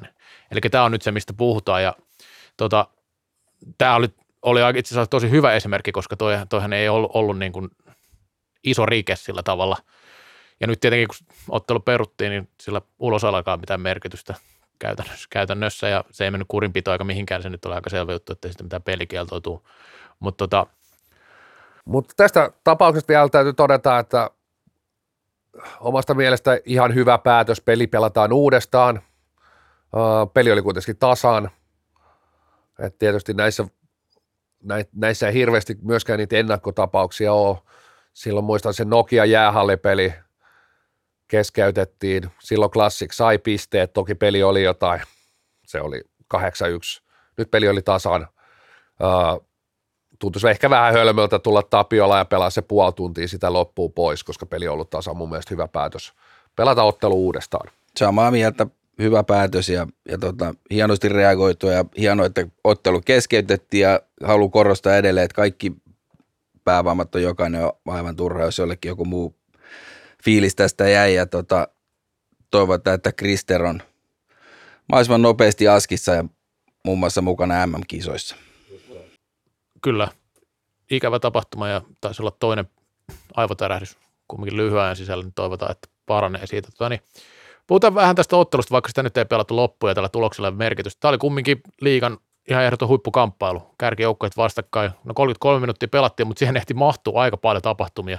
Eli tämä on nyt se, mistä puhutaan, ja tämä oli itse asiassa tosi hyvä esimerkki, koska toihan ei ollut niin kuin iso rike sillä tavalla. Ja nyt tietenkin, kun ottelu peruttiin, niin sillä ulos alkaa mitään merkitystä käytännössä, ja se ei mennyt kurinpitoa eikä mihinkään, se nyt oli aika selvä juttu, että ei sitten mitään pelikieltoa tule. Mutta tästä tapauksesta vielä täytyy todeta, että omasta mielestä ihan hyvä päätös, peli pelataan uudestaan, peli oli kuitenkin tasan, että tietysti näissä ei hirveästi myöskään niitä ennakkotapauksia ole. Silloin muistan sen Nokia jäähallipeli keskeytettiin, silloin Classic sai pisteet, toki peli oli jotain, se oli 8-1, nyt peli oli tasan, tuntuisi ehkä vähän hölmöltä tulla Tapiola ja pelaa se puoli tuntia sitä loppuun pois, koska peli on ollut tasan, mun mielestä hyvä päätös pelata ottelu uudestaan. Samaa mieltä, hyvä päätös ja hienosti reagoitu ja hienoa, että ottelu keskeytettiin ja haluan korostaa edelleen, että kaikki päävammat on jokainen aivan turha, jos jollekin joku muu fiilis tästä jäi ja toivotaan, että Krister on mahdollisimman nopeasti askissa ja muun muassa mukana MM-kisoissa. Kyllä, ikävä tapahtuma ja taisi olla toinen aivotärähdys kumminkin lyhyen ajan sisällä, niin toivotaan, että paranee siitä. Puhutaan vähän tästä ottelusta, vaikka sitä nyt ei pelattu loppuun ja tällä tuloksella ei merkitystä. Tämä oli kumminkin liigan ihan ehdoton huippukamppailu. Kärkijoukkueet vastakkain. No 33 minuuttia pelattiin, mutta siihen ehti mahtua aika paljon tapahtumia.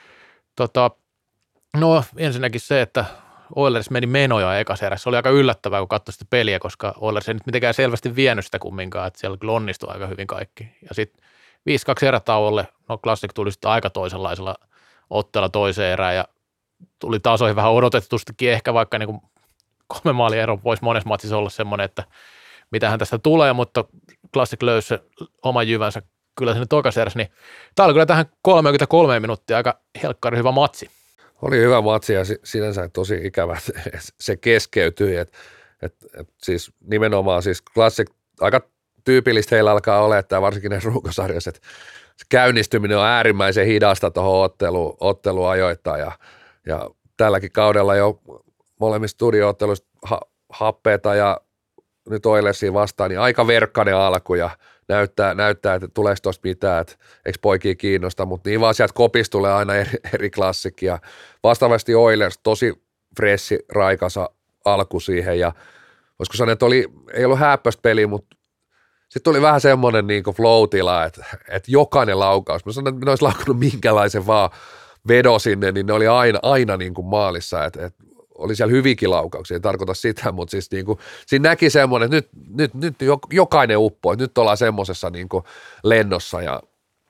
No ensinnäkin se, että Oilers meni menoja ekassa erässä. Se oli aika yllättävää, kun katsoi sitä peliä, koska Oilers ei nyt mitenkään selvästi vienyt sitä kumminkaan, että siellä kyllä onnistui aika hyvin kaikki. Ja sitten 5-2 erätauolle, no Classic tuli sitten aika toisenlaisella otteella toiseen erään ja tuli tasoihin vähän odotetustikin ehkä, vaikka niin kuin 3 maalin ero voisi monessa matsissa olla semmoinen, että mitähän tästä tulee, mutta Classic löysi se oman jyvänsä kyllä sinne toisessa erässä, niin tämä oli kyllä tähän 33 minuuttia aika helkkari hyvä matsi. Oli hyvä matsi ja sinänsä tosi ikävä, se keskeytyi, että siis nimenomaan siis Classic, aika tyypillistä heillä alkaa olla, että varsinkin ne ruukosarjassa, että se käynnistyminen on äärimmäisen hidasta tuohon otteluun ajoittain ja tälläkin kaudella jo molemmissa studio-otteluissa happeeta ja nyt Oilersiin vastaan, niin aika verkkainen alku ja näyttää, että tuleeko tuosta mitään, että eikö poikia kiinnosta, mutta niin vaan sieltä kopista tulee aina eri klassikki ja vastaavasti Oilers tosi freshi, raikasa alku siihen ja voisiko sanoa, että ei ollut häppöistä peliä, mutta sitten tuli vähän semmoinen niin kuin flow-tila, että jokainen laukaus, mä sanon, että ne olisi laukunut minkälaisen vaan vedo sinne, niin ne oli aina niin kuin maalissa, että oli siellä hyvikin laukauksia, ei tarkoita sitä, mutta siis niin kuin, siinä näki semmoinen, että nyt jokainen uppoi, nyt ollaan semmoisessa niin kuin lennossa ja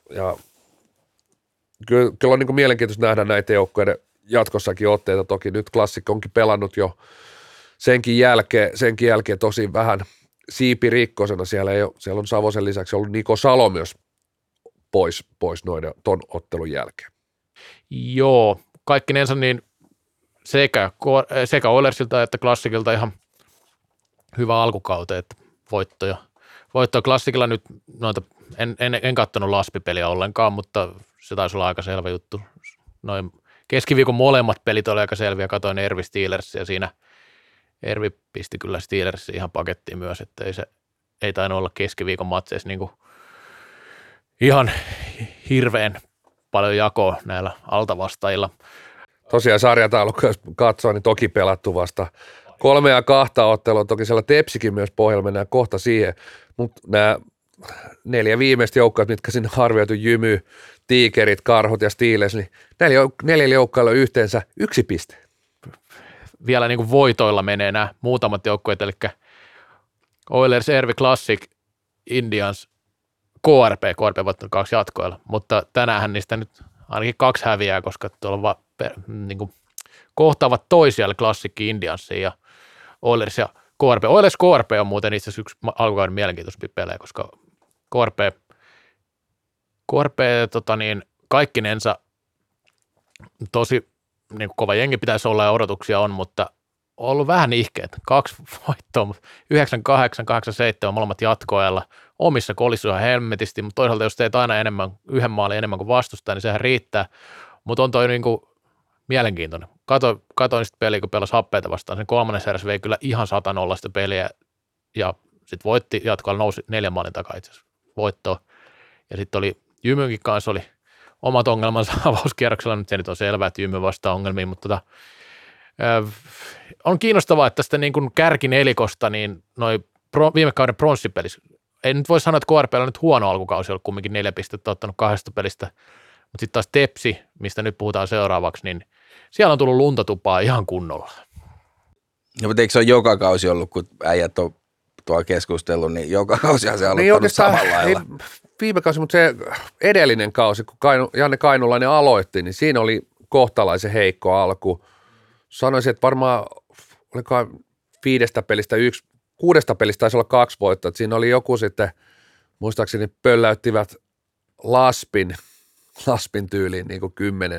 kyllä on niin kuin mielenkiintoista nähdä näitä joukkojen jatkossakin otteita, toki nyt Classic onkin pelannut jo senkin jälkeen tosi vähän siipirikkosena, siellä on Savosen lisäksi ollut Niko Salo myös pois ton ottelun jälkeen. Joo, kaikkinensa niin sekä Oilersilta että Classicilta ihan hyvä alkukauteen, että voittoja Classicilla nyt noita, en katsonut laspipeliä ollenkaan, mutta se taisi olla aika selvä juttu. Noin keskiviikon molemmat pelit oli aika selviä, katoin Ervi Steelersia siinä. Ervi pisti kyllä Steelersia ihan pakettiin myös, että ei tainnut olla keskiviikon matseissa niin kuin ihan hirveän paljon jakoa näillä altavastaajilla. Tosiaan sarjataulukko, jos katsoo, niin toki pelattu vasta 3 ja 2 ottelua, toki siellä Tepsikin myös pohjalla, mennään kohta siihen, mutta nämä 4 viimeistä joukkoa, mitkä sinne on arvioitu, Jymy, Tiikerit, Karhut ja Steelers, niin 4 joukkoilla on yhteensä 1 piste. Vielä niin kuin voitoilla menee nämä muutamat joukkueet, eli Oilers, Ervi, Classic, Indians, KRP voittanut 2 jatkoilla, mutta tänäänhän niistä nyt ainakin 2 häviää, koska tuolla niin kuin kohtaavat toisiaan Classic, Indiansia ja Oilers ja KRP. Oilers KRP on muuten itse asiassa yksi alkukauden mielenkiintoisempia pelejä, koska KRP kaikkinensa tosi niin kuin kova jengi pitäisi olla ja odotuksia on, mutta on ollut vähän ihkeet. 2 voittoa, 9-8, 8-7 molemmat jatkoajalla. Omissa kolissa ihan helmetisti, mutta toisaalta jos teet aina yhden maalin enemmän kuin vastustaa, niin sehän riittää. Mutta on toi niin kuin mielenkiintoinen. Katoin sitten peliä, kun pelasi happeita vastaan. Sen 3. erässä vei kyllä ihan 100-0 peliä. ja sitten voitti jatkoilla, nousi 4 maalin takaa itse asiassa voittoon. Ja sitten oli Jymynkin kanssa oli omat ongelmansa avauskierroksella, nyt se nyt on selvää, että Jymy vastaa ongelmiin, mutta on kiinnostavaa, että tästä niin kuin kärkinelikosta, niin noi viime kauden pronssipelissä, ei nyt voi sanoa, että KRP:llä on nyt huono alkukausi, ollut kumminkin 4 pistettä ottanut 2 pelistä, mutta sitten taas Tepsi, mistä nyt puhutaan seuraavaksi, niin siellä on tullut luntatupaa ihan kunnolla. No, mutta eikö se ole joka kausi ollut, kun äijät on tuolla keskustellut, niin joka kausihan se on aloittanut niin samalla lailla. Viime kausi, mutta se edellinen kausi, kun Janne Kainulainen aloitti, niin siinä oli kohtalaisen heikko alku. Sanoisin, että varmaan olikohan 5 pelistä 6 pelistä taisi olla 2 voittoa. Siinä oli joku sitten, muistaakseni pölläyttivät Laspin tyyliin niin kuin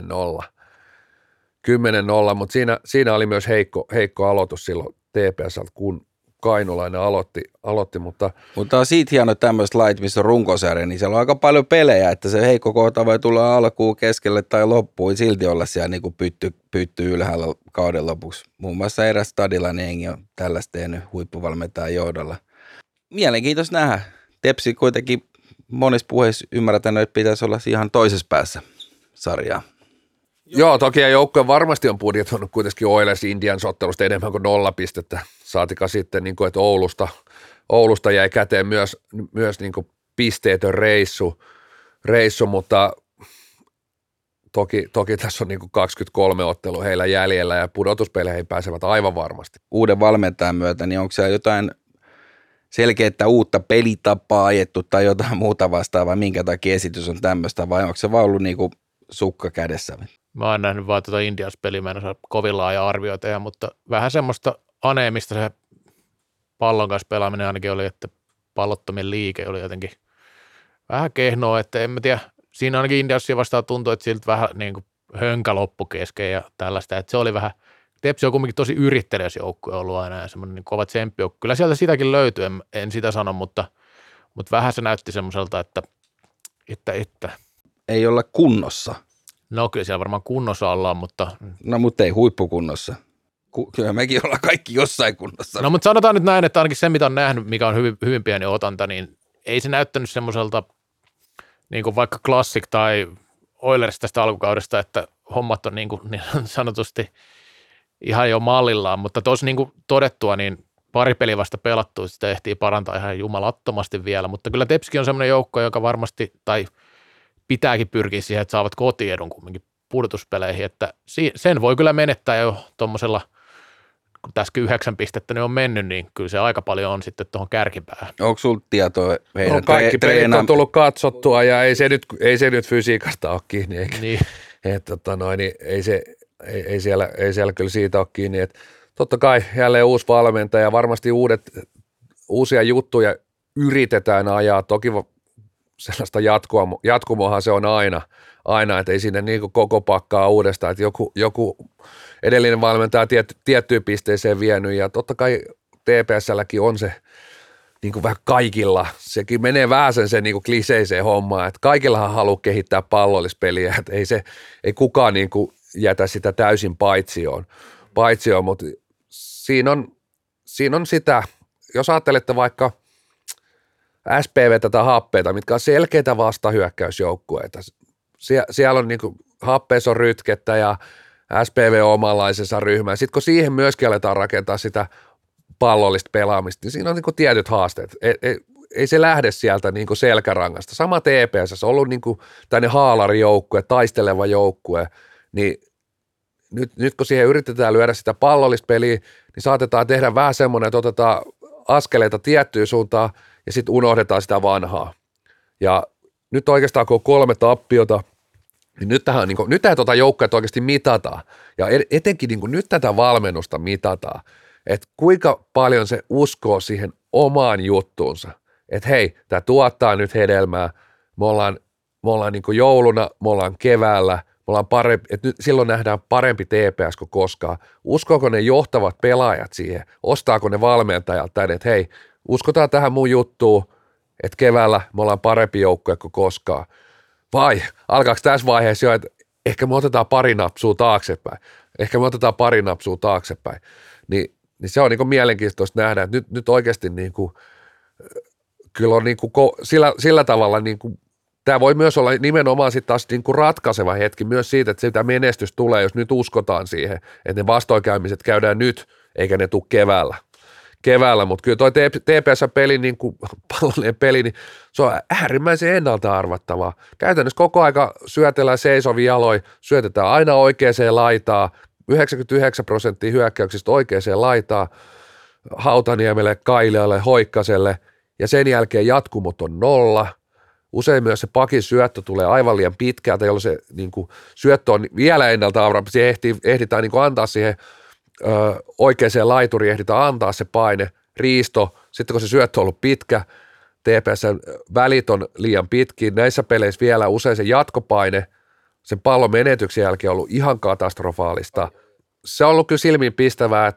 10-0, mutta siinä oli myös heikko aloitus silloin TPS:ltä, kun Kainulainen aloitti, mutta on siitä hieno tämmöiset lait, missä on runkosarja, niin siellä on aika paljon pelejä, että se heikko kohta voi tulla alkuun, keskelle tai loppuun, silti olla siellä niin kuin pytty ylhäällä kauden lopuksi. Muun muassa eräs Stadilainen jengi on tällaista tehnyt huippuvalmentajan johdolla. Mielenkiintoista nähdä. Tepsi kuitenkin monissa puheissa ymmärretään, että pitäisi olla ihan toisessa päässä sarjaa. Joo, toki joukkue varmasti on budjetoinut kuitenkin Oilers Indians ottelusta enemmän kuin 0 pistettä. Saatika sitten, niin kuin, että Oulusta jäi käteen myös niin kuin pisteetön reissu, mutta toki tässä on niin kuin 23 ottelua heillä jäljellä ja pudotuspeleihin pääsevät aivan varmasti. Uuden valmentajan myötä, niin onko siellä jotain selkeää uutta pelitapaa ajettu tai jotain muuta vastaavaa, minkä takia esitys on tämmöistä, vai onko se vaan ollut niin kuin sukka kädessä? Mä oon nähnyt vaan tuota Indians-peliä, mä en osaa kovin laaja arvioita tehdä, mutta vähän semmoista aneemista se pallon kanssa pelaaminen ainakin oli, että pallottomien liike oli jotenkin vähän kehnoa, että en mä tiedä, siinä ainakin Indiansia vastaan tuntui, että siltä vähän niin kuin hönkä loppu kesken ja tällaista, että se oli vähän, Tepsi on kuitenkin tosi yritteliäs joukkue ollut aina ja semmoinen niin kova tsemppijoukku. Kyllä sieltä sitäkin löytyy, en sitä sano, mutta vähän se näytti semmoiselta, että ei olla kunnossa. No kyllä siellä varmaan kunnossa ollaan, mutta no mutta ei huippukunnossa. Kyllä mekin ollaan kaikki jossain kunnossa. No mutta sanotaan nyt näin, että ainakin se mitä on nähnyt, mikä on hyvin pieni otanta, niin ei se näyttänyt semmoiselta niin kuin vaikka Classic tai Oilers tästä alkukaudesta, että hommat on niin sanotusti ihan jo mallillaan, mutta tuossa niin kuin todettua, niin pari peliä vasta pelattu, sitä ehtii parantaa ihan jumalattomasti vielä, mutta kyllä Tepsikin on semmoinen joukko, joka varmasti, tai pitääkin pyrkiä siihen, että saavat kotiedun kumminkin pudotuspeleihin, että sen voi kyllä menettää jo tuommoisella, kun tässäkin 9 pistettä ne on mennyt, niin kyllä se aika paljon on sitten tuohon kärkipäähän. Onko sinulla tietoa heidän kaikki pelit on tullut katsottua ja ei se nyt fysiikasta ole kiinni, eikä, niin. Niin ei siellä kyllä siitä ole kiinni, että totta kai jälleen uusi valmentaja ja varmasti uusia juttuja yritetään ajaa, toki sellaista jatkumoahan se on aina, että ei sinne niin koko pakkaa uudestaan, että joku edellinen valmentaja tiettyyn pisteeseen vienyt ja totta kai TPS:lläkin on se niin kuin vähän kaikilla, sekin menee vähän sen niin kuin kliseiseen hommaan, että kaikillahan haluaa kehittää pallollispeliä, että ei kukaan niin kuin jätä sitä täysin paitsioon, mutta siinä on sitä, jos ajattelette vaikka SPVtä tai Happeita, mitkä on selkeitä vastahyökkäysjoukkueita. Siellä on niin kuin, Happeessa on Rytkettä ja SPV on omanlaisensa ryhmä. Sitten kun siihen myöskin aletaan rakentaa sitä pallollista pelaamista, niin siinä on niin kuin tietyt haasteet. Ei se lähde sieltä niin kuin selkärangasta. Sama TPS on ollut niin kuin tämmöinen haalarijoukkue, taisteleva joukkue, niin nyt kun siihen yritetään lyödä sitä pallollista peliä, niin saatetaan tehdä vähän semmoinen, että otetaan askeleita tiettyyn suuntaan, ja sitten unohdetaan sitä vanhaa. Ja nyt oikeastaan, kun on 3 tappiota, niin nyt tähän tuota joukkuetta oikeasti mitataan. Ja etenkin niin kuin nyt tätä valmennusta mitataan, että kuinka paljon se uskoo siihen omaan juttuunsa. Että hei, tämä tuottaa nyt hedelmää, me ollaan niin kuin jouluna, me ollaan keväällä, me ollaan parempi, että nyt silloin nähdään parempi TPS kuin koskaan. Uskoako ne johtavat pelaajat siihen? Ostaako ne valmentajat tänne, että hei, uskotaan tähän mun juttuun, että keväällä me ollaan parempi joukkue kuin koskaan. Vai alkaako tässä vaiheessa jo, että ehkä me otetaan pari napsua taaksepäin. Niin Niin se on niin kuin mielenkiintoista nähdä, että nyt oikeasti niin kuin, kyllä on niin kuin, sillä tavalla niin kuin, tämä voi myös olla nimenomaan sitten taas niin kuin ratkaiseva hetki myös siitä, että sitä menestys tulee, jos nyt uskotaan siihen, että ne vastoinkäymiset käydään nyt, eikä ne tule keväällä, mutta kyllä toi TPS-peli, niin kuin pallollinen peli, niin se on äärimmäisen ennalta arvattavaa. Käytännössä koko aika syötellään seisovia jaloin, syötetään aina oikeaan laitaan, 99% hyökkäyksistä oikeaan laitaan, Hautaniemelle, Kailialle, Hoikkaselle, ja sen jälkeen jatkumot on 0. Usein myös se pakin syöttö tulee aivan liian pitkältä, jolloin se niin kuin, syöttö on vielä ennalta arvattavaa, siihen ehditään niin kuin, antaa siihen oikeaan laituriin, ehditään antaa se paine, riisto, sitten kun se syöttö on ollut pitkä, TPS:n välit on liian pitkin, näissä peleissä vielä usein se jatkopaine, sen pallon menetyksen jälkeen on ollut ihan katastrofaalista. Se on ollut kyllä silmiin pistävää,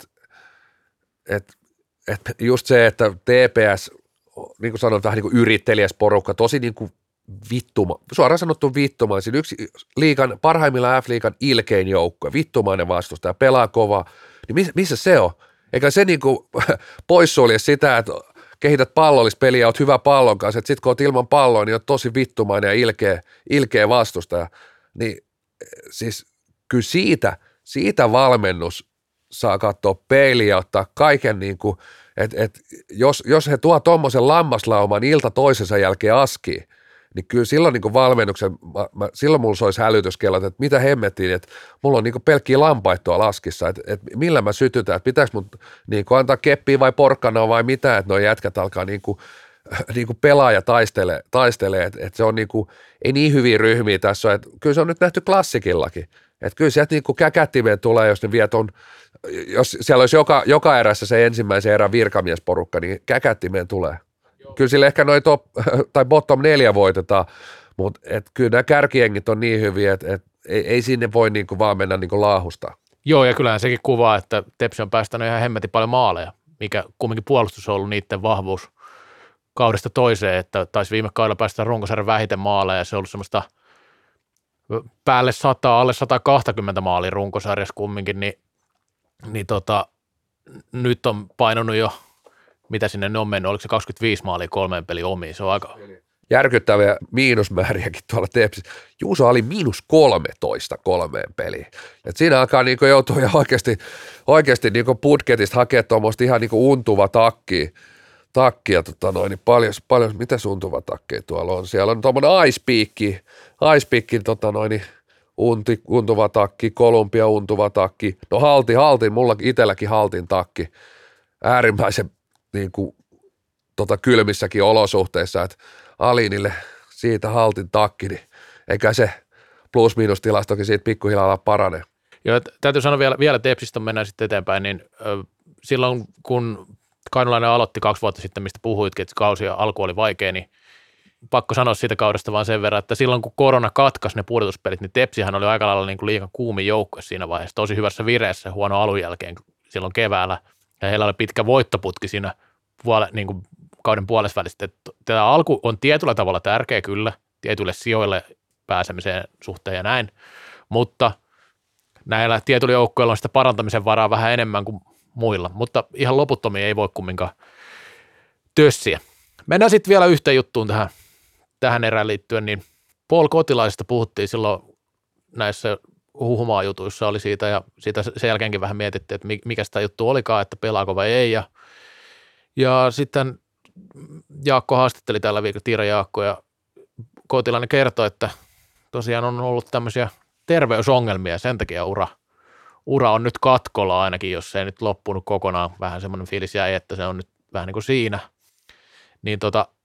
että just se, että TPS, niin kuin sanoin, vähän niin kuin yrittelijäs porukka, tosi niin kuin suoraan sanottu vittumaisin, yksi parhaimmillaan F-liigan ilkein joukkue, vittumainen vastustaja, pelaa kovaa, niin missä se on? Eikä se niin kuin poissulje sitä, että kehität pallollista peliä, oot hyvä pallon kanssa, että sit kun oot ilman palloa, niin oot tosi vittumainen ja ilkeä vastustaja. Niin siis kyllä siitä valmennus saa katsoa peiliä ja ottaa kaiken niin kuin, että jos he tuo tommosen lammaslauman ilta toisensa jälkeen askiin, niin kyllä silloin niin kuin valmennuksen, silloin mulla olisi hälytyskellot, että mitä hemmettiin, että mulla on niin kuin pelkkiä lampaittoa laskissa, että millä mä sytytään, että pitääkö mun niin kuin antaa keppiä vai porkkanaa vai mitä, että nuo jätkät alkaa niin kuin pelaa ja taistelee, että se on niin kuin, ei niin hyviä ryhmiä tässä ole, että kyllä se on nyt nähty klassikillakin, että kyllä sieltä niin kuin käkättimeen tulee, jos ne viet on, jos siellä olisi joka erässä se ensimmäisen erän virkamiesporukka, niin käkättimeen tulee. Kyllä sille ehkä noi tai bottom 4 voitetaan, mutta kyllä nämä kärkiengit on niin hyviä, että ei sinne voi niinku vaan mennä niinku laahusta. Joo, ja kyllähän sekin kuvaa, että Tepsi on päästänyt ihan hemmetin paljon maaleja, mikä kumminkin puolustus on ollut niiden vahvuus kaudesta toiseen, että taisi viime kaudella päästä runkosarjan vähiten maaleja, ja se on ollut semmoista päälle 100, alle 120 maalia runkosarjassa kumminkin, niin nyt on painunut jo, mitä sinne on mennyt, oliko se 25 maalia 3 pelin omiin, se on aika järkyttäviä miinusmääriäkin tuolla Tepsissä. Juuso oli -13 3 peliin. Et siinä alkaa niinku joutua ja oikeasti niinku budgetista hakea tuommoista ihan niinku untuva takkia niin paljon, mitä untuva takkeja tuolla on? Siellä on tuommoinen Icepeakin untuva takki, Columbia untuva takki, no haltin, mulla itselläkin haltin takki, äärimmäisen niinku kylmissäkin olosuhteissa, että Alinille siitä haltin takki, niin eikä se plus-miinus-tilastokin siitä pikkuhiljaa parane. Joo, täytyy sanoa vielä Tepsistä, mennään sitten eteenpäin, niin silloin kun Kainulainen aloitti 2 vuotta sitten, mistä puhuitkin, että kausi alku oli vaikea, niin pakko sanoa siitä kaudesta vaan sen verran, että silloin kun korona katkaisi ne pudotuspelit, niin Tepsihän oli aika lailla niin kuin liigan kuumin joukkue siinä vaiheessa, tosi hyvässä vireessä huono alun jälkeen silloin keväällä, ja heillä oli pitkä voittoputki siinä niin kuin kauden puolesvälistä. Tämä alku on tietyllä tavalla tärkeä kyllä, tietyille sijoille pääsemiseen suhteen ja näin, mutta näillä tietyillä joukkueilla on sitä parantamisen varaa vähän enemmän kuin muilla, mutta ihan loputtomia ei voi kumminkaan tössiä. Mennään sitten vielä yhteen juttuun tähän erään liittyen, niin Paul Kotilaisesta puhuttiin silloin näissä huhumaa-jutuissa oli siitä, ja siitä sen jälkeenkin vähän mietittiin, että mikä sitä juttu olikaan, että pelaako vai ei, ja sitten Jaakko haastatteli tällä viikolla, Tiira Jaakko, ja Kotilainen kertoi, että tosiaan on ollut tämmöisiä terveysongelmia, sen takia ura on nyt katkolla ainakin, jos se ei nyt loppunut kokonaan, vähän semmoinen fiilis jäi, että se on nyt vähän niin kuin siinä, niin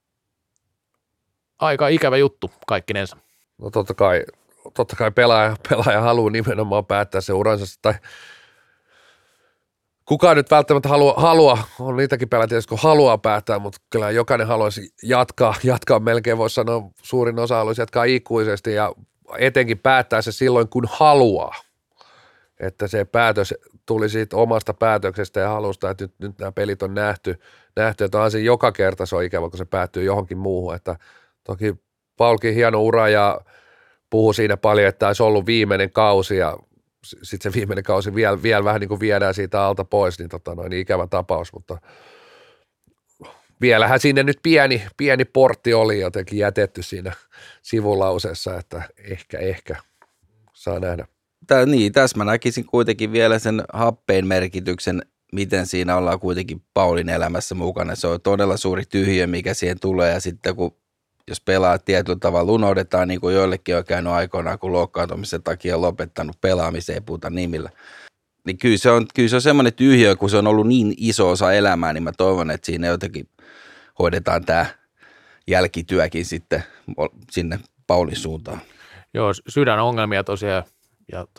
aika ikävä juttu kaikkinensa. No totta kai pelaaja haluaa nimenomaan päättää se uransa, tai kukaan nyt välttämättä halua, on niitäkin pelaajia, jotka haluaa päättää, mutta kyllä jokainen haluaisi jatkaa melkein, voisi sanoa, suurin osa haluaisi jatkaa ikuisesti ja etenkin päättää se silloin, kun haluaa. Että se päätös tuli siitä omasta päätöksestä ja halusta, että nyt nämä pelit on nähty että on se joka kerta se on ikävä, kun se päättyy johonkin muuhun, että toki Paulkin hieno ura ja puhui siinä paljon, että olisi ollut viimeinen kausi ja sitten se viimeinen kausi vielä vähän niin kuin viedään siitä alta pois, niin ikävä tapaus, mutta vielähän sinne nyt pieni portti oli jotenkin jätetty siinä sivulauseessa, että ehkä saa nähdä. Tässä mä näkisin kuitenkin vielä sen happeen merkityksen, miten siinä ollaan kuitenkin Paulin elämässä mukana. Se on todella suuri tyhjö, mikä siihen tulee, ja sitten jos pelaa tietyllä tavalla unohdetaan, niin kuin joillekin on käynyt aikoinaan, kun loukkaantumisen takia on lopettanut pelaamisen, ei puhuta nimillä. Niin kyllä se on semmoinen tyhjö, kun se on ollut niin iso osa elämää, niin mä toivon, että siinä jotenkin hoidetaan tämä jälkityökin sitten sinne Paulin suuntaan. Joo, sydänongelmia tosiaan, ja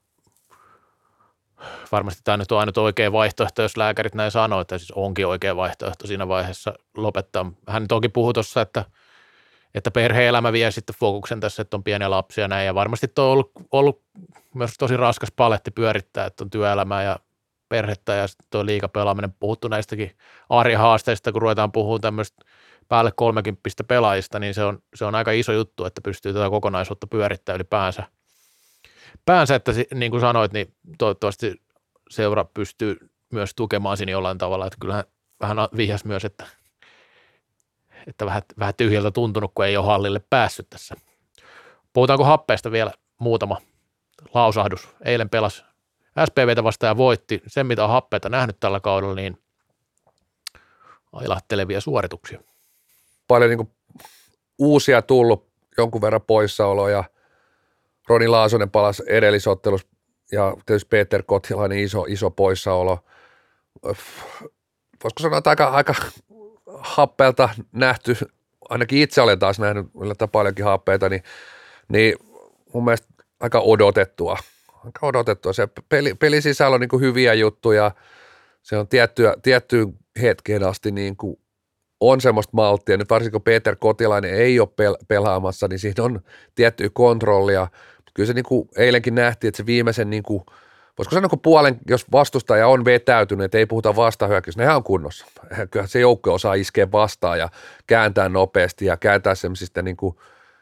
varmasti tämä nyt on ainut oikea vaihtoehto, jos lääkärit näin sanoo, että siis onkin oikea vaihtoehto siinä vaiheessa lopettaa. Hän toki puhui tuossa, että perhe-elämä vie sitten fokuksen tässä, että on pieniä lapsia näin, ja varmasti tuo on ollut myös tosi raskas paletti pyörittää, että on työelämää ja perhettä ja sitten tuo liigapelaaminen, puhuttu näistäkin arjen haasteista, kun ruvetaan puhumaan tämmöistä päälle 30 pelaajista, niin se on aika iso juttu, että pystyy tätä kokonaisuutta pyörittämään ylipäänsä. Että niin kuin sanoit, niin toivottavasti seura pystyy myös tukemaan siinä jollain tavalla, että kyllähän vähän vihjas myös, että vähän tyhjältä tuntunut, kun ei ole hallille päässyt tässä. Puhutaanko happeesta vielä muutama lausahdus? Eilen pelasi SPVtä vastaan ja voitti. Sen, mitä on happeita nähnyt tällä kaudella, niin ailahtelevia suorituksia. Paljon niin kuin uusia tullut, jonkun verran poissaoloja. Roni Laasonen palasi edellisottelussa ja tietysti Peter Kotilainen iso poissaolo. Voisiko sanoa, että aika happeelta nähty, ainakin itse olen taas nähnyt paljonkin happeita, niin mun mielestä aika odotettua. Se peli sisällä on niin kuin hyviä juttuja, se on tiettyyn hetkeen asti niin kuin on semmoista malttia. Nyt varsinkin kun Peter Kotilainen ei ole pelaamassa, niin siinä on tiettyä kontrollia. Kyllä se niin kuin eilenkin nähtiin, että se viimeisen, niin kuin, voisiko sanoa kun puolen, jos vastustaja on vetäytynyt, ei puhuta vastahyökkäystä, nehän on kunnossa. Kyllä se joukko osaa iskeä vastaan ja kääntää nopeasti ja kääntää semmoisista niin kuin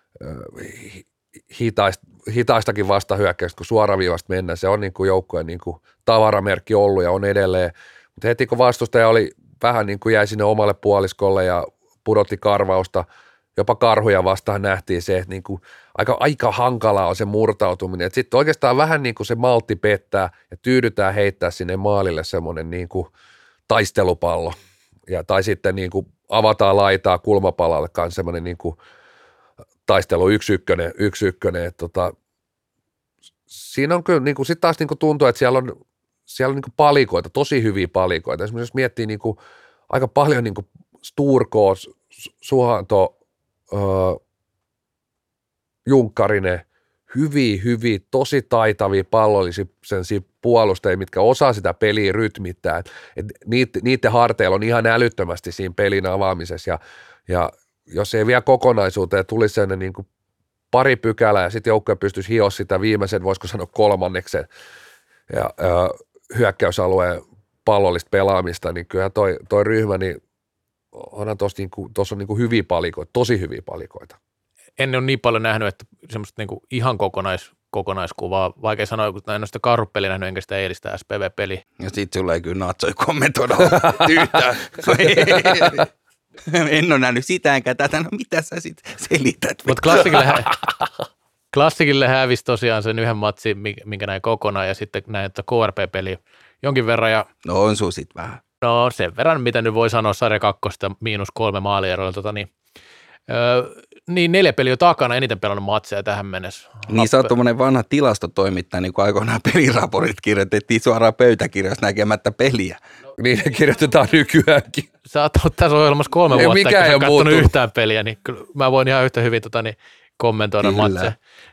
hitaistakin vastahyökkäystä, kun suoraviivasta mennään. Se on niin kuin joukkojen niin kuin tavaramerkki ollut ja on edelleen. Mutta heti kun vastustaja oli vähän niin kuin jäi sinne omalle puoliskolle ja pudotti karvausta, jopa karhuja vastaan nähtiin se, että niin kuin aika hankalaa on se murtautuminen. Sitten oikeastaan vähän niin kuin se maltti pettää ja tyydytään heittää sinne maalille semmoinen niin kuin taistelupallo. Tai sitten niin kuin avataan laitaa kulmapalalle kanssa semmoinen niin kuin taistelu 1-1. Siinä on kyllä, niin kuin, sitten taas niin kuin tuntuu, että siellä on niin kuin palikoita, tosi hyviä palikoita. Esimerkiksi jos miettii niin kuin, aika paljon niin kuin Sturko, Suhanto, Junkkarinen, hyviä, tosi taitavia pallollisia puolustajia, mitkä osaa sitä peliä rytmittää. Niiden harteilla on ihan älyttömästi siinä pelin avaamisessa ja jos ei vielä kokonaisuuteen tulisi sellainen niin kuin pari pykälää ja sitten joukkoja pystyisi hioa sitä viimeisen, voisiko sanoa kolmanneksen ja hyökkäysalueen pallollista pelaamista, niin kyllä toi ryhmä, niin onhan tuossa on niin kuin hyviä palikoita, tosi hyviä palikoita. En ole niin paljon nähnyt, että semmoista niin kuin ihan kokonaiskuvaa, vaikea sanoa, kun en ole sitä karhupeliä nähnyt, enkä sitä eilistä SPV-peliä. Ja sit sulla ei kyllä natsoi kommentoida yhtään. En ole nähnyt sitä enkä tätä, no mitä sä sit selität? Mutta klassikille hävisi tosiaan sen yhden matsin, minkä näin kokonaan, ja sitten näin, että KRP-peli jonkin verran. Ja no on sun sit vähän. No sen verran, mitä nyt voi sanoa sarja 2, -3 maalieroilla, niin 4 peliä takana, eniten pelannut matseja tähän mennessä. Niin sä oot tommonen vanha tilastotoimittaja, niin kuin aikoinaan peliraportit kirjoitettiin suoraan pöytäkirjassa näkemättä peliä. No. Niin ne kirjoitetaan nykyäänkin. Sä oot ollut tässä ohjelmassa 3 vuotta, eikä sä kattonut yhtään peliä, niin kyllä mä voin ihan yhtä hyvin kommentoida matseja.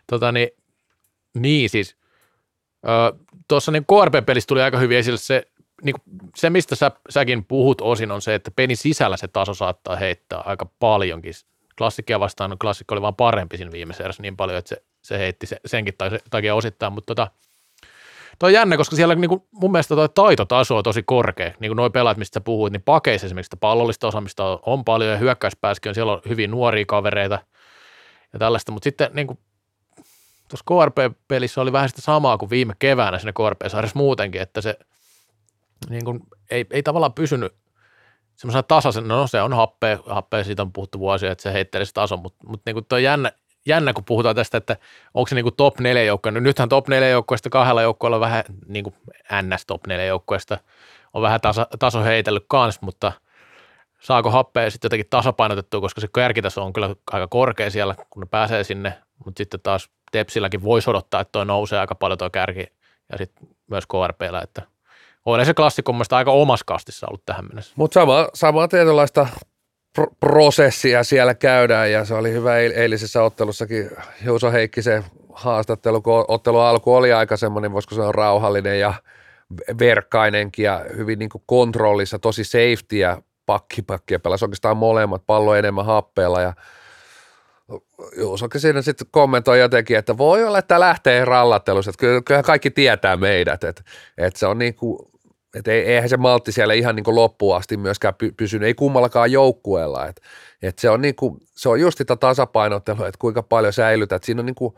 Niin siis, tuossa niin KRP-pelissä tuli aika hyvin esille se mistä säkin puhut osin, on se, että pelin sisällä se taso saattaa heittää aika paljonkin. Klassikkia vastaan, klassikko oli vaan parempi siinä viimeisessä erässä niin paljon, että se heitti senkin takia osittain, mutta toi on jännä, koska siellä niin kuin, mun mielestä toi taitotaso on tosi korkea, niin kuin noi pelaat, mistä sä puhuit, niin pakeissa esimerkiksi pallollista osaamista on paljon ja hyökkäyspäässäkin on, siellä on hyvin nuoria kavereita ja tällaista, mutta sitten niin kuin, tuossa KRP-pelissä oli vähän sitä samaa kuin viime keväänä siinä KRP-sarjassa muutenkin, että se niin kuin, ei tavallaan pysynyt semmoisena tasaisen, no se on happea, siitä on puhuttu vuosia, että se heittelee se tason, mutta niin kuin tuo jännä, kun puhutaan tästä, että onko se niin kuin top 4 joukkoja, no nythän top 4 joukkoista 2 joukkoilla on vähän niin kuin NS top 4 joukkoista on vähän taso heitellyt kanssa, mutta saako happea sitten jotenkin tasapainotettua, koska se kärkitaso on kyllä aika korkea siellä, kun ne pääsee sinne, mutta sitten taas Tepsilläkin voisi odottaa, että toi nousee aika paljon toi kärki ja sitten myös KRP:llä, että on se klassikko mielestäni aika omassa kastissa ollut tähän mennessä. Mutta sama tietynlaista prosessia siellä käydään ja se oli hyvä eilisessä ottelussakin Juuso Heikkisen haastattelu, kun ottelun alku oli aika semmoinen, voisiko sanoa rauhallinen ja verkkainenkin ja hyvin niin kuin kontrollissa, tosi safety ja pakkia pelasi oikeastaan molemmat, pallo enemmän happeella ja Juusokin siinä sitten kommentoi jotenkin, että voi olla, että lähtee rallattelussa, että kyllähän kaikki tietää meidät, että se on niin kuin, että eihän se maltti siellä ihan niin kuin loppuun asti myöskään pysynyt, ei kummallakaan joukkueella, että se on niin kuin, se on just sitä tasapainottelua, että kuinka paljon säilytät, että siinä on niin kuin,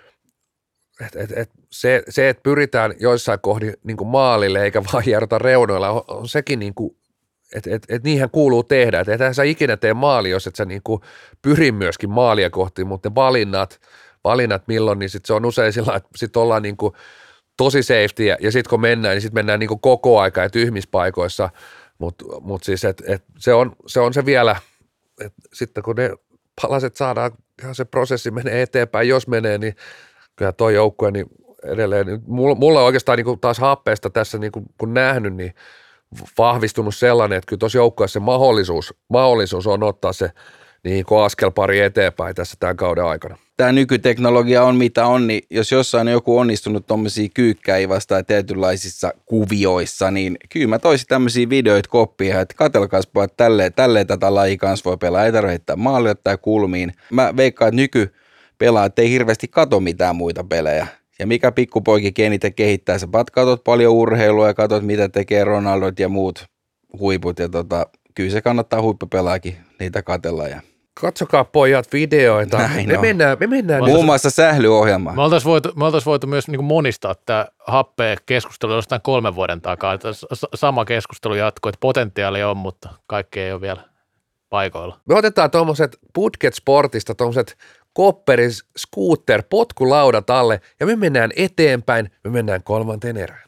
se, että pyritään joissain kohdin niin kuin maalille eikä vaan hierota reunoilla, on sekin niin kuin, että niinhän kuuluu tehdä, että ethän sä ikinä tee maali, jos et sä niin kuin pyri myöskin maalia kohti, mutta ne valinnat milloin, niin sitten se on usein sillä, että sitten ollaan niin kuin tosi safety ja sitten kun mennään, niin sitten mennään niin kuin koko aika ja tyhmissä paikoissa, mutta siis se on se vielä, että sitten kun ne palaset saadaan, ihan se prosessi menee eteenpäin, jos menee, niin kyllä toi joukkue, niin edelleen, mulla on oikeastaan niin kuin taas happeesta tässä niin kuin, kun nähnyt, niin vahvistunut sellainen, että kyllä tuossa joukkueessa se mahdollisuus on ottaa se niin kuin askel pari eteenpäin tässä tämän kauden aikana. Tämä nykyteknologia on mitä on, niin jos jossain on joku onnistunut tuommoisia kyykkäjiä vastaan tietynlaisissa kuvioissa, niin kyllä mä toisin tämmöisiä videoita koppia, että katselkaaspa, että tälleen tätä lajia kanssa voi pelaa, ei tarvitse heittää maalia tai kulmiin. Mä veikkaan, että nykypelaajat ei hirveästi kato mitään muita pelejä. Ja mikä pikkupoikikin eniten kehittää, sä katot paljon urheilua ja katot mitä tekee Ronaldot ja muut huiput ja kyllä se kannattaa huippupelaakin niitä katsella. Ja katsokaa pojat videoita. Me mennään. Muun muassa sählyohjelma. Me oltaisiin voitu myös niin kuin monistaa tämä happea keskustelu jostain 3 vuoden takaa. Että sama keskustelu jatkuu, että potentiaali on, mutta kaikki ei ole vielä paikoilla. Me otetaan tuommoiset Budget Sportista, tuommoiset kopperis, scooter, potkulaudat alle ja me mennään eteenpäin, me mennään 3. erään.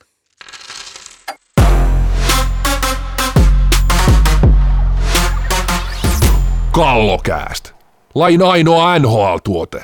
Kallokääst. Lain ainoa NHL-tuote.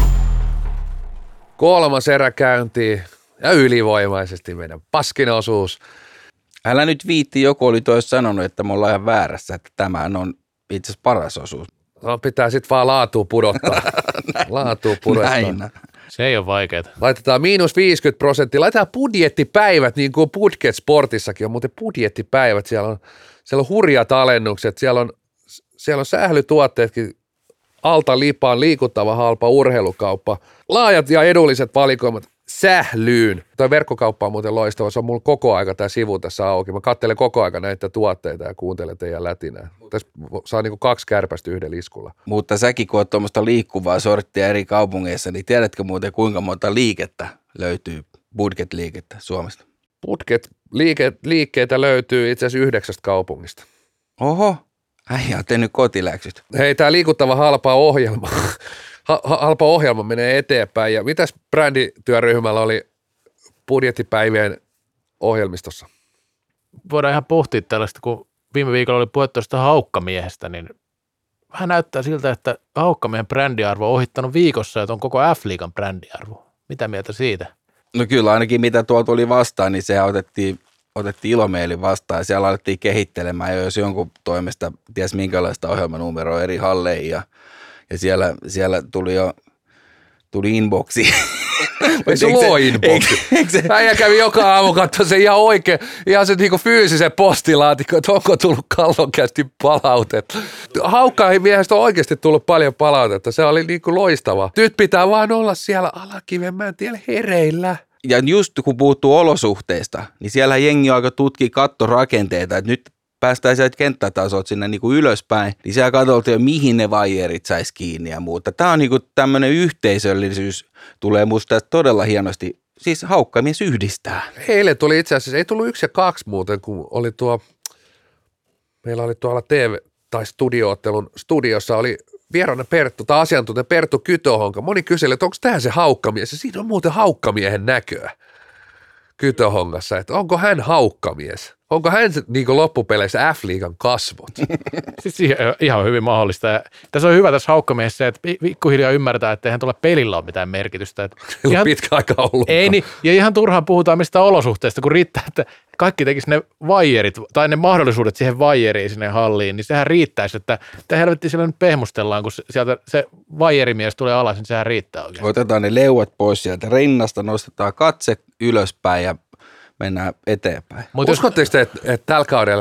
3. erä käyntiin ja ylivoimaisesti meidän paskinaosuus. Älä nyt viitti, joku oli tois sanonut, että me ollaan ihan väärässä, että tämä on itse asiassa paras osuus. No, pitää sitten vaan laatua pudottaa. Näin. Se ei ole vaikeaa. Laitetaan -50%. Laitetaan budjettipäivät, niin kuin Budget Sportissakin on muuten budjettipäivät. Siellä on hurjat alennukset. Siellä on sählytuotteetkin alta lipaan, liikuttava halpa urheilukauppa. Laajat ja edulliset valikoimat sählyyn. Tuo verkkokauppa on muuten loistava. Se on mulla koko aika tämä sivu tässä auki. Mä katselen koko aika näitä tuotteita ja kuuntelen teidän lätinää. Tässä saa niinku 2 kärpästä yhdellä iskulla. Mutta säkin, kun oot tuommoista liikkuvaa sorttia eri kaupungeissa, niin tiedätkö muuten, kuinka monta liikettä löytyy, Budget-liikettä Suomesta? Budget-liikkeitä löytyy itse asiassa 9 kaupungista. Oho, äijä on tehnyt kotiläksyt. Hei, tämä liikuttava halpa ohjelma menee eteenpäin. Ja mitäs brändityöryhmällä oli budjettipäivien ohjelmistossa? Voidaan ihan pohtia tällaista, kun viime viikolla oli puhuttu tuosta Haukkamiehestä, niin vähän näyttää siltä, että Haukkamiehen brändiarvo on ohittanut viikossa, että on koko F-liigan brändiarvo. Mitä mieltä siitä? No kyllä ainakin mitä tuolla tuli vastaan, niin sehän otettiin ilomielin vastaan ja siellä alettiin kehittelemään jo jos jonkun toimesta ties minkälaista ohjelmanumeroa eri halleihin ja siellä tuli inboxi. Ei se luo inboxi. Äijä kävi joka aamu katsoa se ihan oikein, ihan se niinku fyysisen postilaatikko, että onko tullut Kallonkästi palautetta. Haukkamiehestä on oikeasti tullut paljon palautetta, se oli niinku loistava. Nyt pitää vaan olla siellä Alakivenmäen tiellä hereillä. Ja just kun puhuttuu olosuhteista, niin siellä jengi alkoi tutkia kattorakenteita, että nyt päästään sieltä kenttätasot sinne niin kuin ylöspäin, niin siellä katsottiin jo, mihin ne vaijerit saisi kiinni ja muuta. Tämä on niin kuin tämmöinen yhteisöllisyys, tulee musta todella hienosti, siis haukkamies yhdistää. Eilen tuli itse asiassa, ei tullut 1 ja 2 muuten, kun oli meillä oli tuolla tai studioottelun studiossa oli vieraana Perttu, tai asiantuntija Perttu Kytöhonka. Moni kyseli, että onko tämä se haukkamies, ja siinä on muuten haukkamiehen näköä Kytöhongassa, että onko hän haukkamies? Onko hän niin loppupeleissä F-liigan kasvot? Siis ihan hyvin mahdollista. Ja tässä on hyvä tässä haukkamiehessä, että pikkuhiljaa ymmärtää, että eihän tuolla pelillä ole mitään merkitystä. Että ihan pitkä aika ollut. Ei niin, ja ihan turhaan puhutaan mistä olosuhteista, kun riittää, että kaikki tekisi ne vaijerit, tai ne mahdollisuudet siihen vaijeriin sinne halliin, niin sehän riittäisi, että helvetti siellä nyt pehmustellaan, kun sieltä se vaijerimies tulee alas, niin sehän riittää oikein. Otetaan ne leuat pois sieltä rinnasta, nostetaan katse ylöspäin ja mennään eteenpäin. Uskotteko te, että tällä kaudella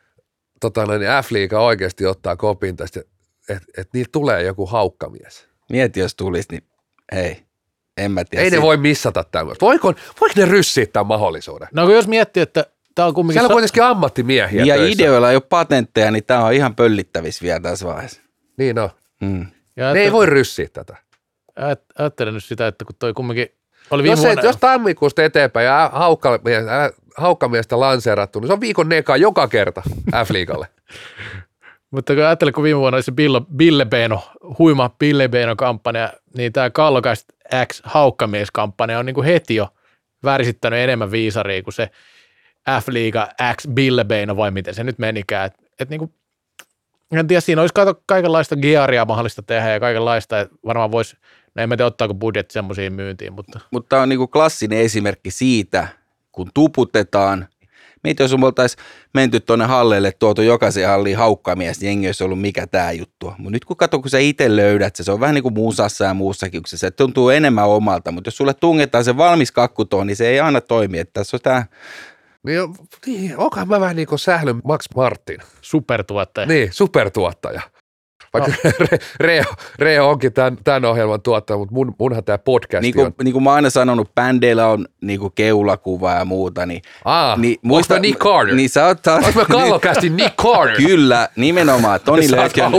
F-liiga oikeasti ottaa kopin tästä, että niillä tulee joku haukkamies? Mieti, jos tulisi, niin hei, en mä tiedä. Ei ne voi missata tämmöistä. Voiko ne ryssiä tämän mahdollisuuden? No kun jos miettii, että tämä on kumminkin... Siellä on kuitenkin ammattimiehiä ja töissä. ideoilla ei ole patentteja, niin tämä on ihan pöllittävissä vielä tässä vaiheessa. Niin on. Ja ne ei voi ryssiä tätä. Ajattelen nyt sitä, että kun toi kumminkin... Jos tammikuusta eteenpäin ja haukkamiestä lanseerattu, niin se on viikon neka joka kerta F-liigalle. Mutta kun ajattelin, kun viime vuonna oli se huima Bille Beino-kampanja, niin tämä Kallokast X haukkamies-kampanja on niin kuin heti jo värisittänyt enemmän viisaria kuin se F-liiga X Bille Beino, vai miten se nyt menikään. Et niin kuin, en tiedä, siinä olisi kaikenlaista gearia mahdollista tehdä ja kaikenlaista, että varmaan voisi, no en mä tiedä ottaako budjetti semmoisiin myyntiin. Mutta tämä on niin kuin klassinen esimerkki siitä, kun tuputetaan. Meitä jos me oltaisiin menty tuonne halleille, tuotu jokaisen halliin haukkamies, niin jengi olisi ollut mikä tämä juttu. Mutta nyt kun sä itse löydät se on vähän niin kuin musassa ja muussakin, kun se tuntuu enemmän omalta. Mutta jos sulle tungetaan se valmis kakkutoon, niin se ei aina toimi. Että tässä on tämä... Niin, onkohan mä vähän niin kuin Sählyn Max Martin. Supertuottaja. Niin, supertuottaja. Vaikka Reo onkin tämän ohjelman tuottaja, mutta munhan tämä podcasti on. Niin kuin mä oon aina sanonut, bändeillä on niin kuin keulakuva ja muuta. Niin, muista mä Nick Carter? Niin sä oot taas... Oletko mä Kallokästin Nick Carter? Kyllä, nimenomaan. Toni Lökön.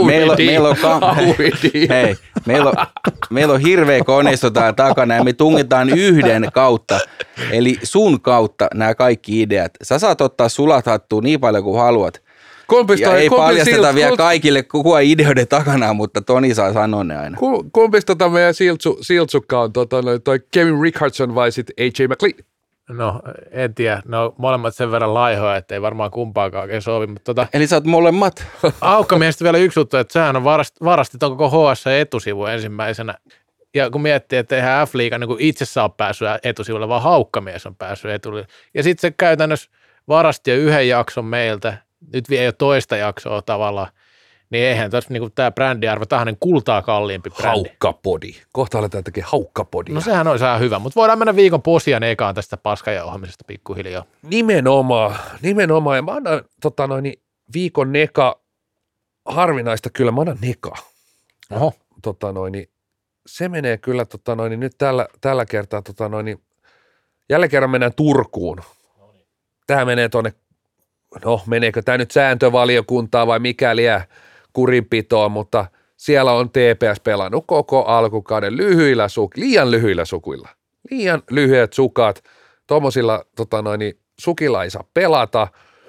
Meillä on hirveä koneisto täällä takana ja me tungetaan yhden kautta. Eli sun kautta nämä kaikki ideat. Sä saat ottaa sulat hattuun niin paljon kuin haluat. Ei paljasteta vielä kaikille, kuka ideoiden takana, mutta Toni saa sanoa ne aina. Kumpis meidän siltsukka on toi Kevin Richardson vai sitten AJ McLean? No, en tiedä. No, molemmat sen verran laihoja, ettei varmaan kumpaakaan oikein sovi. Mutta Eli sä oot molemmat. Haukkamiestä vielä yksi juttu, että sehän on varasti ton koko HS etusivu ensimmäisenä. Ja kun miettii, että eihän F-liiga niin itse ole päässyt etusivulle, vaan haukkamies on päässyt etusivulle. Ja sitten se käytännössä varasti jo yhden jakson meiltä. Nyt ei ole toista jaksoa tavallaan, niin eihän tässä niinku tämä brändiarvo, tämähän on kultaa kalliimpi brändi. Haukkapodi. Kohta aletaan tekemään haukkapodia. No sehän olisi ihan hyvä, mutta voidaan mennä viikon posian ekaan tästä paskajauhamisesta pikkuhiljaa. Nimenomaan. Ja mä annan viikon neka, harvinaista kyllä, mä annan neka. Oho. Se menee kyllä nyt tällä kertaa, jälleen kerran mennään Turkuun. Tämä menee tuonne. No, meneekö tämä nyt sääntövaliokuntaa vai mikäliä kurinpitoa, mutta siellä on TPS pelannut koko alkukauden liian lyhyillä sukuilla. Liian lyhyet sukat, tuommoisilla sukilla ei saa pelata.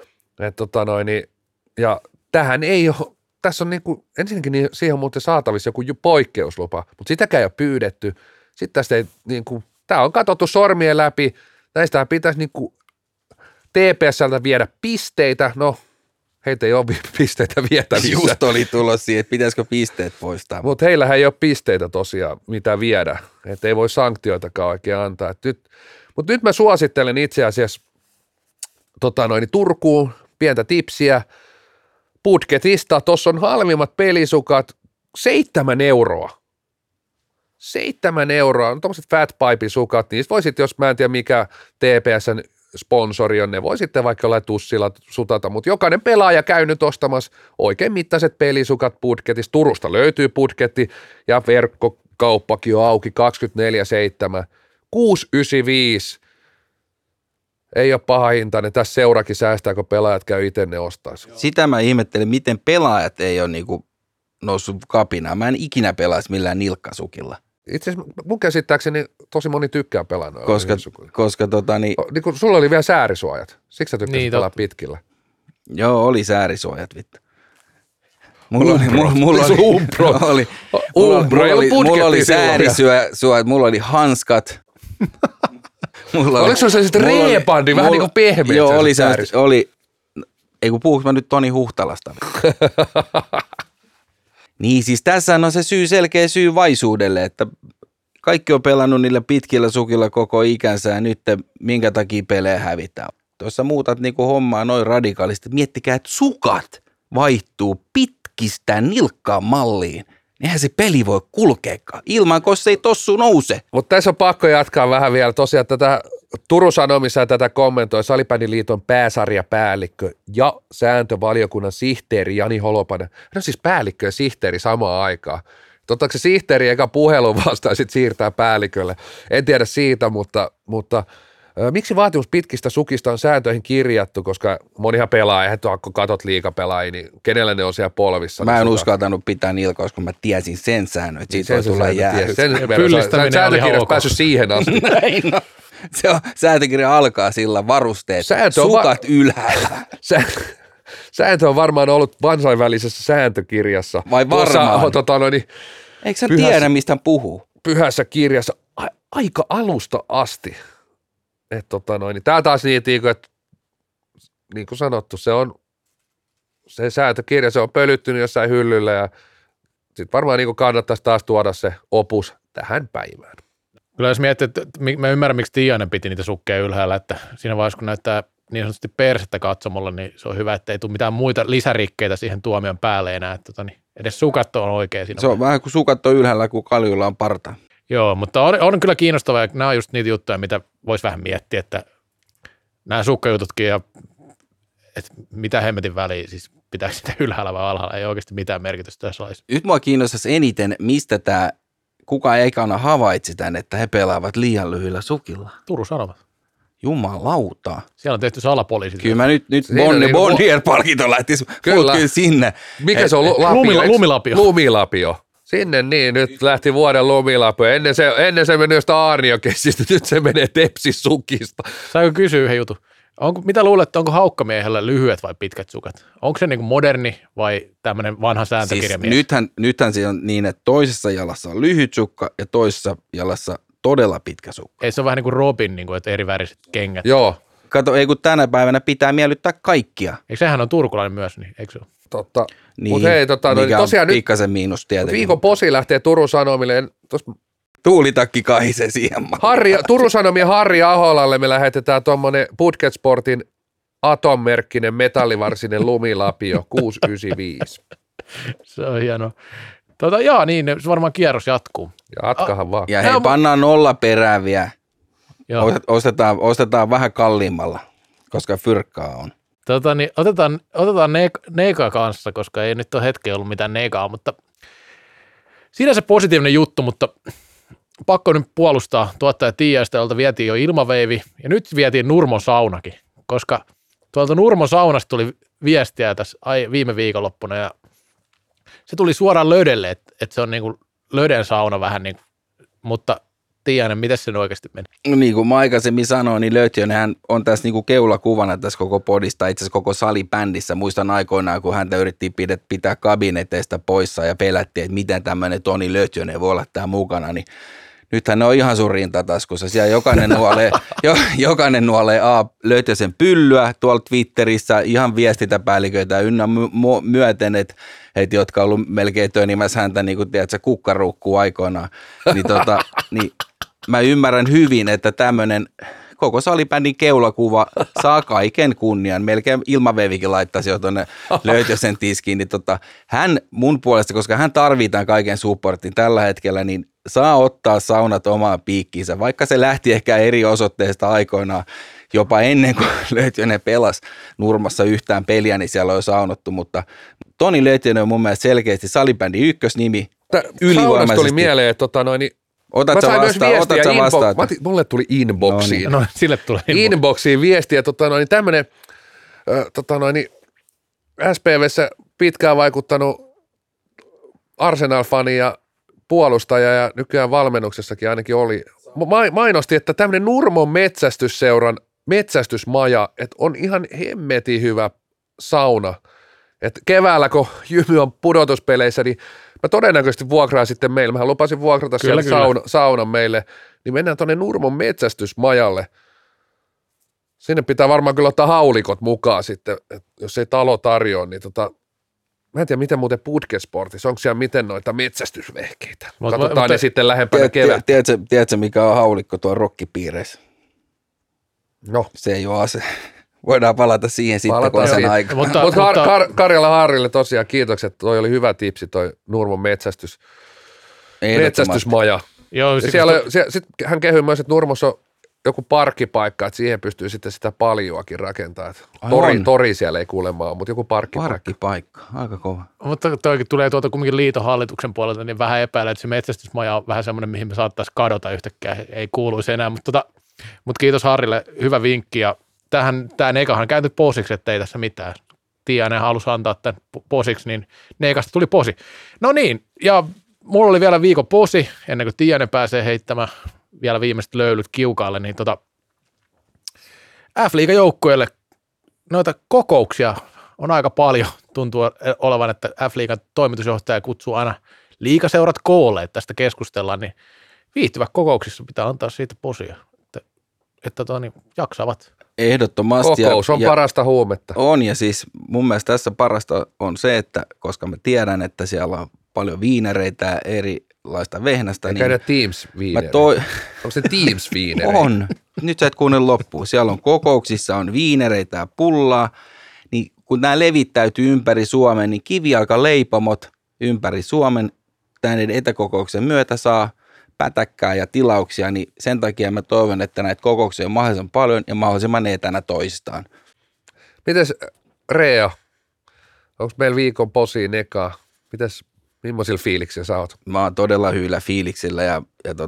Ja tähän ei ole, tässä on ensinnäkin siihen on muuten saatavissa joku poikkeuslupa, mutta sitäkään ei ole pyydetty. Sitten tästä ei, tämä on katsottu sormien läpi, näistähän pitäisi TPS:ltä viedä pisteitä, no heitä ei ole pisteitä vietävissä. Just oli tulos siihen, että pitäisikö pisteet poistaa. Mutta heillähän ei ole pisteitä tosiaan, mitä viedä, että ei voi sanktioitakaan oikein antaa. Mutta nyt mä suosittelen itse asiassa Turkuun pientä tipsiä budgetista. Tuossa on halvimmat pelisukat, 7 euroa. 7 euroa, on tuommoiset fatpipe sukat, niistä voisit, jos mä en tiedä mikä TPS:n sponsori on, ne voi sitten vaikka jollain tussilla sutata, mutta jokainen pelaaja käy nyt ostamassa oikein mittaiset pelisukat budgetista. Turusta löytyy budjetti ja verkkokauppakin on auki 24/7, 695 Ei ole paha hintainen. Tässä seurakin säästää, kun pelaajat käy itse ne ostaisi. Sitä mä ihmettelen, miten pelaajat ei ole niinku noussut kapinaan. Mä en ikinä pelaisi millään nilkkasukilla. Itse asiassa mun käsittääkseni tosi moni tykkää pelaa noilla. Koska niin kun sulla oli vielä säärisuojat. Siksi sä tykkäsit pelaa pitkillä. Joo, oli säärisuojat vittu. Mulla oli säärisuojat, mulla oli hanskat. Oliko se sellaiset reebandi, vähän niin kuin pehmeät? Joo, ei kun puhuks mä nyt Toni Huhtalasta. Niin siis tässä on se selkeä syy vaisuudelle, että kaikki on pelannut niillä pitkillä sukilla koko ikänsä ja nyt minkä takia pelejä hävitään. Tuossa muutat niinku hommaa noin radikaalisti. Miettikää, että sukat vaihtuu pitkistä nilkkaan malliin. Eihän se peli voi kulkeekaan ilman, koska se ei tossu nouse. Mutta tässä on pakko jatkaa vähän vielä. Tosiaan tätä Turun Sanomissa tätä kommentoi Salibändiliiton pääsarjapäällikkö ja sääntövaliokunnan sihteeri Jani Holopainen. Hän on siis päällikkö ja sihteeri samaan aikaan. Ottaako se sihteeri eka puhelun vastaan ja sitten siirtää päällikölle? En tiedä siitä, mutta miksi vaatimus pitkistä sukista on sääntöihin kirjattu, koska monihan pelaa, eihän kun katot liigapelaajia, niin kenellä ne on siellä polvissa? Mä en uskaltanut pitää nilkoa, koska mä tiesin sen säännön, että siitä voi tulla jäähy. Sääntökirjassa päässyt siihen asti. Näin on. Se on, sääntökirja alkaa sillä varusteet, sukat ylhäällä. Sääntö on varmaan ollut kansainvälisessä sääntökirjassa. Vai varmaan? Eikö sä tiedä, mistä puhuu? Pyhässä kirjassa aika alusta asti. Tämä taas niin, että niin kuin sanottu, se sääntökirja, se on pölyttynyt jossain hyllyllä ja sitten varmaan niin kuin kannattaisi taas tuoda se opus tähän päivään. Kyllä jos miettii, että mä ymmärrän, miksi Tiainen piti niitä sukkeja ylhäällä, että siinä vaiheessa, kun näyttää niin sanotusti persettä katsomolla, niin se on hyvä, että ei tule mitään muita lisärikkeitä siihen tuomion päälle enää. Että edes sukat on oikein siinä. Se on vähän kuin sukat on ylhäällä, kun kaljulla on parta. Joo, mutta on kyllä kiinnostavaa, ja nämä on just niitä juttuja, mitä voisi vähän miettiä, että nämä sukkajututkin ja että mitä hemmetin väliä, siis pitääkö sitä ylhäällä vai alhaalla, ei oikeasti mitään merkitystä tässä olisi. Nyt mua kiinnostaisi eniten, mistä kuka ekana havaitsi tämän, että he pelaavat liian lyhyillä sukilla. Turun Sanomat. Jumalauta. Siellä on tehty salapoliisi. Kyllä mä nyt Bonnier-palkinto lähtisi kyllä sinne. Mikä se on? Lumilapio. Lumilapio. Sinne niin, nyt lähti vuoden lumilapio. Ennen se meni jostain Aarniokessistä, nyt se menee Tepsi-sukista. Saanko kysyä yhden jutun? Mitä luulet, onko haukkamiehellä lyhyet vai pitkät sukat? Onko se niin kuin moderni vai tämmöinen vanha sääntökirjamies? Siis nythän se on niin, että toisessa jalassa on lyhyt sukka ja toisessa jalassa todella pitkä sukka. Ei se ole vähän niin kuin Robin, niin kuin, että eri väriset kengät. Joo. Kato, ei kun tänä päivänä pitää miellyttää kaikkia. Eikö sehän on turkulainen myös, niin eikö se ole? Totta. Niin, mutta hei, mikä tosiaan on pikkasen miinus tietenkin. Viikon posi lähtee Turun Sanomille. Tuulitakki kahisee siihen. Turun Sanomien Harri Aholalle me lähetetään tuommoinen Budget Sportin Atom-merkkinen metallivarsinen lumilapio 695. Se on hienoa. Jaa, niin, se varmaan kierros jatkuu. Jatkahan vaan. Ja hei, pannaan 0 perään vielä. Ostetaan vähän kalliimmalla, koska fyrkkaa on. Otetaan Nega kanssa, koska ei nyt ole hetkeä ollut mitään Negaa, mutta siinä se positiivinen juttu, mutta pakko nyt puolustaa tuottaja Tiiaista, jolta vietiin jo ilmaveivi ja nyt vietiin Nurmon saunakin, koska tuolta Nurmon saunasta tuli viestiä tässä viime viikonloppuna ja se tuli suoraan Lödelle, että se on niin kuin Löden sauna vähän niin kuin, mutta Tiiainen, miten se oikeasti meni? No niin kuin mä aikaisemmin sanoin, niin Lötjönenhän on tässä niin kuin keulakuvana tässä koko podista, itse asiassa koko salibändissä. Muistan aikoinaan, kun häntä yritti pitää kabineteista poissa ja pelättiin, että miten tämmöinen Toni Lötjönen voi olla tää mukana, niin nythän ne on ihan sun rintataskussa. Siellä jokainen nuolee Lötjösen pyllyä tuolla Twitterissä, ihan viestintäpäälliköitä ynnä myöten, että jotka on ollut melkein tönimässä häntä, niin kuin tiedätkö, kukkaruukkuu aikoinaan, niin mä ymmärrän hyvin, että tämmöinen koko salibändin keulakuva saa kaiken kunnian. Melkein ilmaveivikin laittaisi jo tuonne Lötjösen tiskiin. Niin hän mun puolesta, koska hän tarvitaan kaiken supportin tällä hetkellä, niin saa ottaa saunat omaan piikkiinsä. Vaikka se lähti ehkä eri osoitteesta aikoinaan, jopa ennen kuin Lötjönen pelasi Nurmassa yhtään peliä, niin siellä on jo saunottu. Mutta Toni Lötjönen on mun mielestä selkeästi salibändin ykkösnimi. Saunasta tuli mieleen, että Otat sä vastaan? Mulle tuli inboxiin. No, sille tulee inboxiin viestiä, niin tämmöinen SPV:ssä pitkään vaikuttanut Arsenal-fani ja puolustaja ja nykyään valmennuksessakin ainakin oli. Mainosti, että tämmöinen Nurmon metsästysseuran metsästysmaja, että on ihan hemmetin hyvä sauna. Että keväällä, kun Jymy on pudotuspeleissä, niin mä todennäköisesti vuokraan sitten meille. Mä lupasin vuokrata siellä saunan meille, niin mennään tuonne Nurmon metsästysmajalle. Sinne pitää varmaan kyllä ottaa haulikot mukaan sitten, jos ei talo tarjoa, niin mä en tiedä, miten muuten Putkesportissa, onko siellä miten noita metsästysvehkeitä? Katsotaan ne sitten lähempänä kevään. Tiedätkö, mikä on haulikko tuo rokkipiireissä? No. Se ei ole ase. Voidaan palata siihen sitten, kun on sen aika. Mutta Karjala Harrille tosiaan kiitokset, toi oli hyvä tipsi, toi Nurmon metsästysmaja. Sitten hän kehui myös, että Nurmossa on joku parkkipaikka, että siihen pystyy sitten sitä paljoakin rakentamaan. Tori siellä ei kuulemma ole, mutta joku parkkipaikka. Parkkipaikka, aika kova. Mutta toikin tulee kumminkin liiton hallituksen puolelta, niin vähän epäilen, että se metsästysmaja on vähän semmoinen, mihin me saattaisi kadota yhtäkkiä, ei kuuluisi enää. Mutta kiitos Harrille, hyvä vinkki. Ja tämä Nekahan kääntyi posiksi, ettei tässä mitään. Tiainen halusi antaa tämän posiksi, niin Nekasta tuli posi. No niin, ja mulla oli vielä viikon posi, ennen kuin Tiainen pääsee heittämään vielä viimeiset löylyt kiukaalle, niin F-liigan joukkueelle noita kokouksia on aika paljon. Tuntuu olevan, että F-liigan toimitusjohtaja kutsuu aina liigaseurat koolle, että tästä keskustellaan, niin viihtyvät kokouksissa pitää antaa siitä posia, että jaksavat. Ehdottomasti. Kokous on parasta huumetta. On, ja siis mun mielestä tässä parasta on se, että koska mä tiedän, että siellä on paljon viinereitä ja erilaista vehnästä. Eikä niin ne Teams-viinereitä. Onko se Teams-viinereitä? On. Nyt sä et kuunnella loppuun. Siellä on kokouksissa, on viinereitä ja pullaa. Niin kun nämä levittäytyy ympäri Suomen, niin kivijalkaleipomot ympäri Suomen tämän etäkokouksen myötä saa pätäkkää ja tilauksia, niin sen takia mä toivon, että näitä kokouksia on mahdollisimman paljon ja mahdollisimman etänä toistaan. Mites Rea, onko meillä viikon posi Nekaa? Millaisilla fiiliksillä sä oot? Mä oon todella hyvällä fiiliksillä ja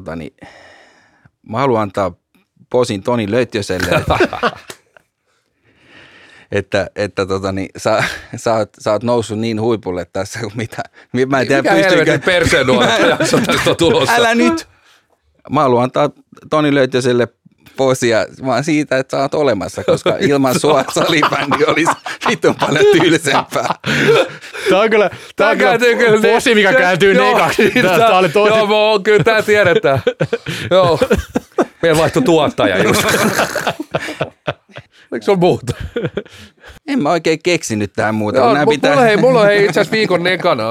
mä haluan antaa posin Toni Lötjöselle, että sä oot noussut niin huipulle tässä kuin mitä. Mä en tiedä, mikä helvetin perseenuolta jakso tästä on tulossa? Älä nyt! Mä haluan antaa Toni Lötjöselle posia vaan siitä, että sä oot olemassa, koska ilman sua salibändi olisi vitun paljon tylsempää. Tämä on kyllä posi, mikä kääntyy nekaksi. Joo, kyllä tämä tiedetään. Joo. Meillä vaihtui tuottaja just. Eikö se ole muuta? En mä oikein keksinyt tähän muuta. Joo, mulla on itse asiassa viikon nekana.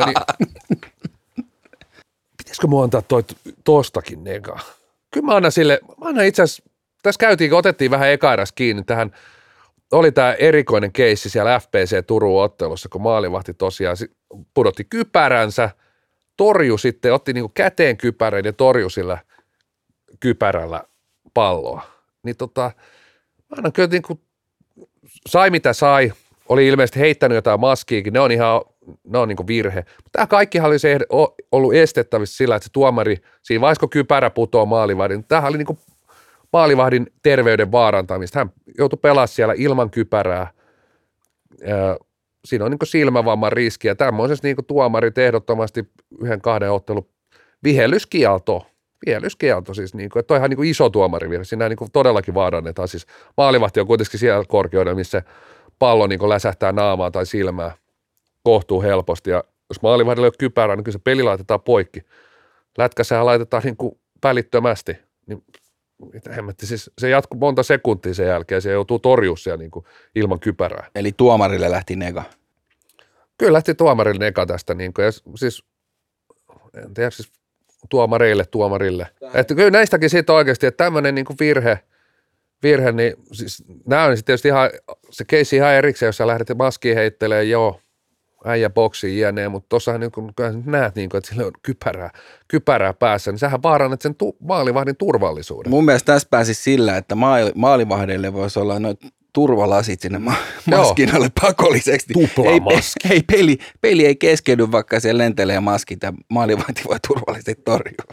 Pitäisikö mua antaa tostakin nekaa? Kyllä mä annan itse asiassa, tässä otettiin vähän eka-eräs kiinni tähän, oli tämä erikoinen keissi siellä FPC Turun ottelussa, kun maalivahti tosiaan pudotti kypäränsä, torjui sitten, otti niinku käteen kypärän ja torjui sillä kypärällä palloa. Niin annan kyllä niinku, sai mitä sai, oli ilmeisesti heittänyt jotain maskiikin, ne on niinku virhe. Tämä kaikkihan olisi ollut estettävissä sillä, että se tuomari, siinä vaiheessa kun kypärä putoaa maalivahdin, tämähän oli niinku maalivahdin terveyden vaarantamista. Hän joutui pelaamaan siellä ilman kypärää. Siinä on niinku silmävamman riski, ja tämmöisessä niinku tuomarit ehdottomasti 1-2 ottelun vihellyskielto siis, niinku, että toihan niinku iso tuomarivirhe, siinä niinku todellakin vaarannetaan. Siis maalivahti on kuitenkin siellä korkeudella, missä pallo niinku läsähtää naamaa tai silmää kohtuu helposti, ja jos maalivahdilla ei ole kypärää, niin kyllä se peli laitetaan poikki. Lätkässähän laitetaan niinku välittömästi, niin mitä hemmetti, siis se jatkuu monta sekuntia sen jälkeen, se joutuu torjumaan siellä niinku ilman kypärää. Eli tuomarille lähti neka? Kyllä lähti tuomarille neka tästä, niinku, ja siis en tiedä, siis tuomarille. Että kyllä näistäkin siitä oikeasti, että tämmöinen niinku virhe, niin siis nämä on tietysti ihan, se keissi ihan erikseen, jos sä lähdet maskiin heittelemään, joo, äijä boksiin jne, mutta tuossahan niin kun näet, niin kun, että sillä on kypärää päässä, niin sähän vaarannat sen maalivahdin turvallisuuden. Mun mielestä tässä pääsisi sillä, että maalivahdille voisi olla noin turvalasit sinne maskin alle pakolliseksi. Tuplamaski. Peli ei keskeydy, vaikka siellä lentelee maskit ja maalivahti voi turvallisesti torjua.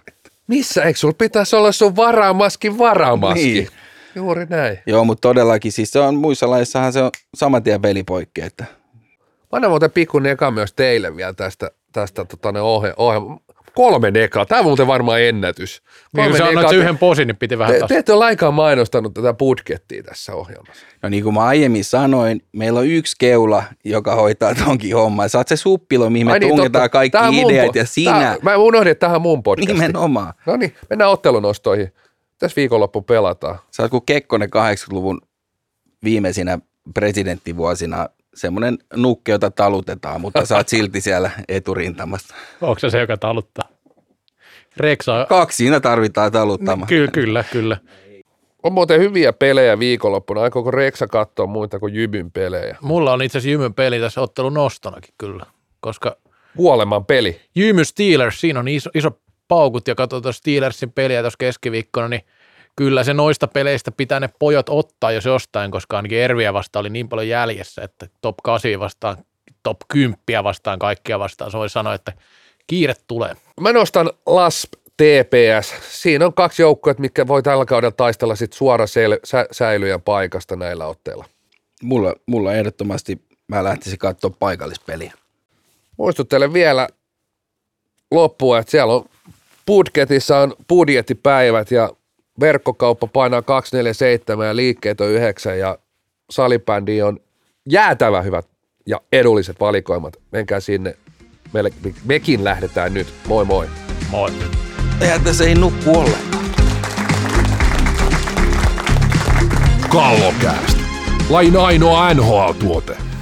Missä? Eikö sulla pitäisi olla sun varamaski? Niin. Juuri näin. Joo, mutta todellakin, siis se on muissa laissahan se on saman tien pelipoikki, että Mä annan muuten pikkuinen eka myös teille vielä tästä ohjelma. 3 ekaa. Tämä on muuten varmaan ennätys. Niin kun sä annoit sen yhden posin, niin piti vähän Te ette ole lainkaan mainostanut tätä budjettia tässä ohjelmassa. no niin kuin mä aiemmin sanoin, meillä on yksi keula, joka hoitaa tonkin homman. Sä oot se suppilo, mihin me tungetaan kaikki ideat ja sinä. Mä unohdin, että tähän mun podcastiin. Nimenomaan. No niin, mennään ottelunostoihin. Tässä viikonloppuun pelataan. Sä oot kuin Kekkonen 80-luvun viimeisinä presidenttivuosina semmoinen nukke, jota talutetaan, mutta sä oot silti siellä eturintamassa. Onko se joka taluttaa? Reksa. 2 siinä tarvitaan taluttamaan. Kyllä. On muuten hyviä pelejä viikonloppuna. Aikooko Reksa katsoa muita kuin Jymyn pelejä? Mulla on itse asiassa Jymyn peli tässä ottelun nostonakin kyllä, koska Kuoleman peli. Jymy Steelers, siinä on iso paukut ja katsotaan Steelersin peliä tuossa keskiviikkona, niin kyllä se noista peleistä pitää ne pojat ottaa jos jostain, koska ainakin Erviä vastaan oli niin paljon jäljessä, että top 8 vastaan, top 10 vastaan, kaikkia vastaan. Se voi sanoa, että kiire tulee. Mä nostan LASP TPS. Siinä on 2 joukkoa, mitkä voi tällä kaudella taistella sit suora säilyjän paikasta näillä otteilla. Mulla ehdottomasti mä lähtisin katsoa paikallispeliä. Muistuttelen vielä loppua, että siellä on budjetissa on budjettipäivät ja verkkokauppa painaa 247 ja liikkeet on 9 ja salibändi on jäätävä hyvät ja edulliset valikoimat. Menkää sinne. Mekin lähdetään nyt. Moi moi. Moi. Eihän tässä ei nukku ollenkaan. Kallokääst. Lain ainoa NHL-tuote.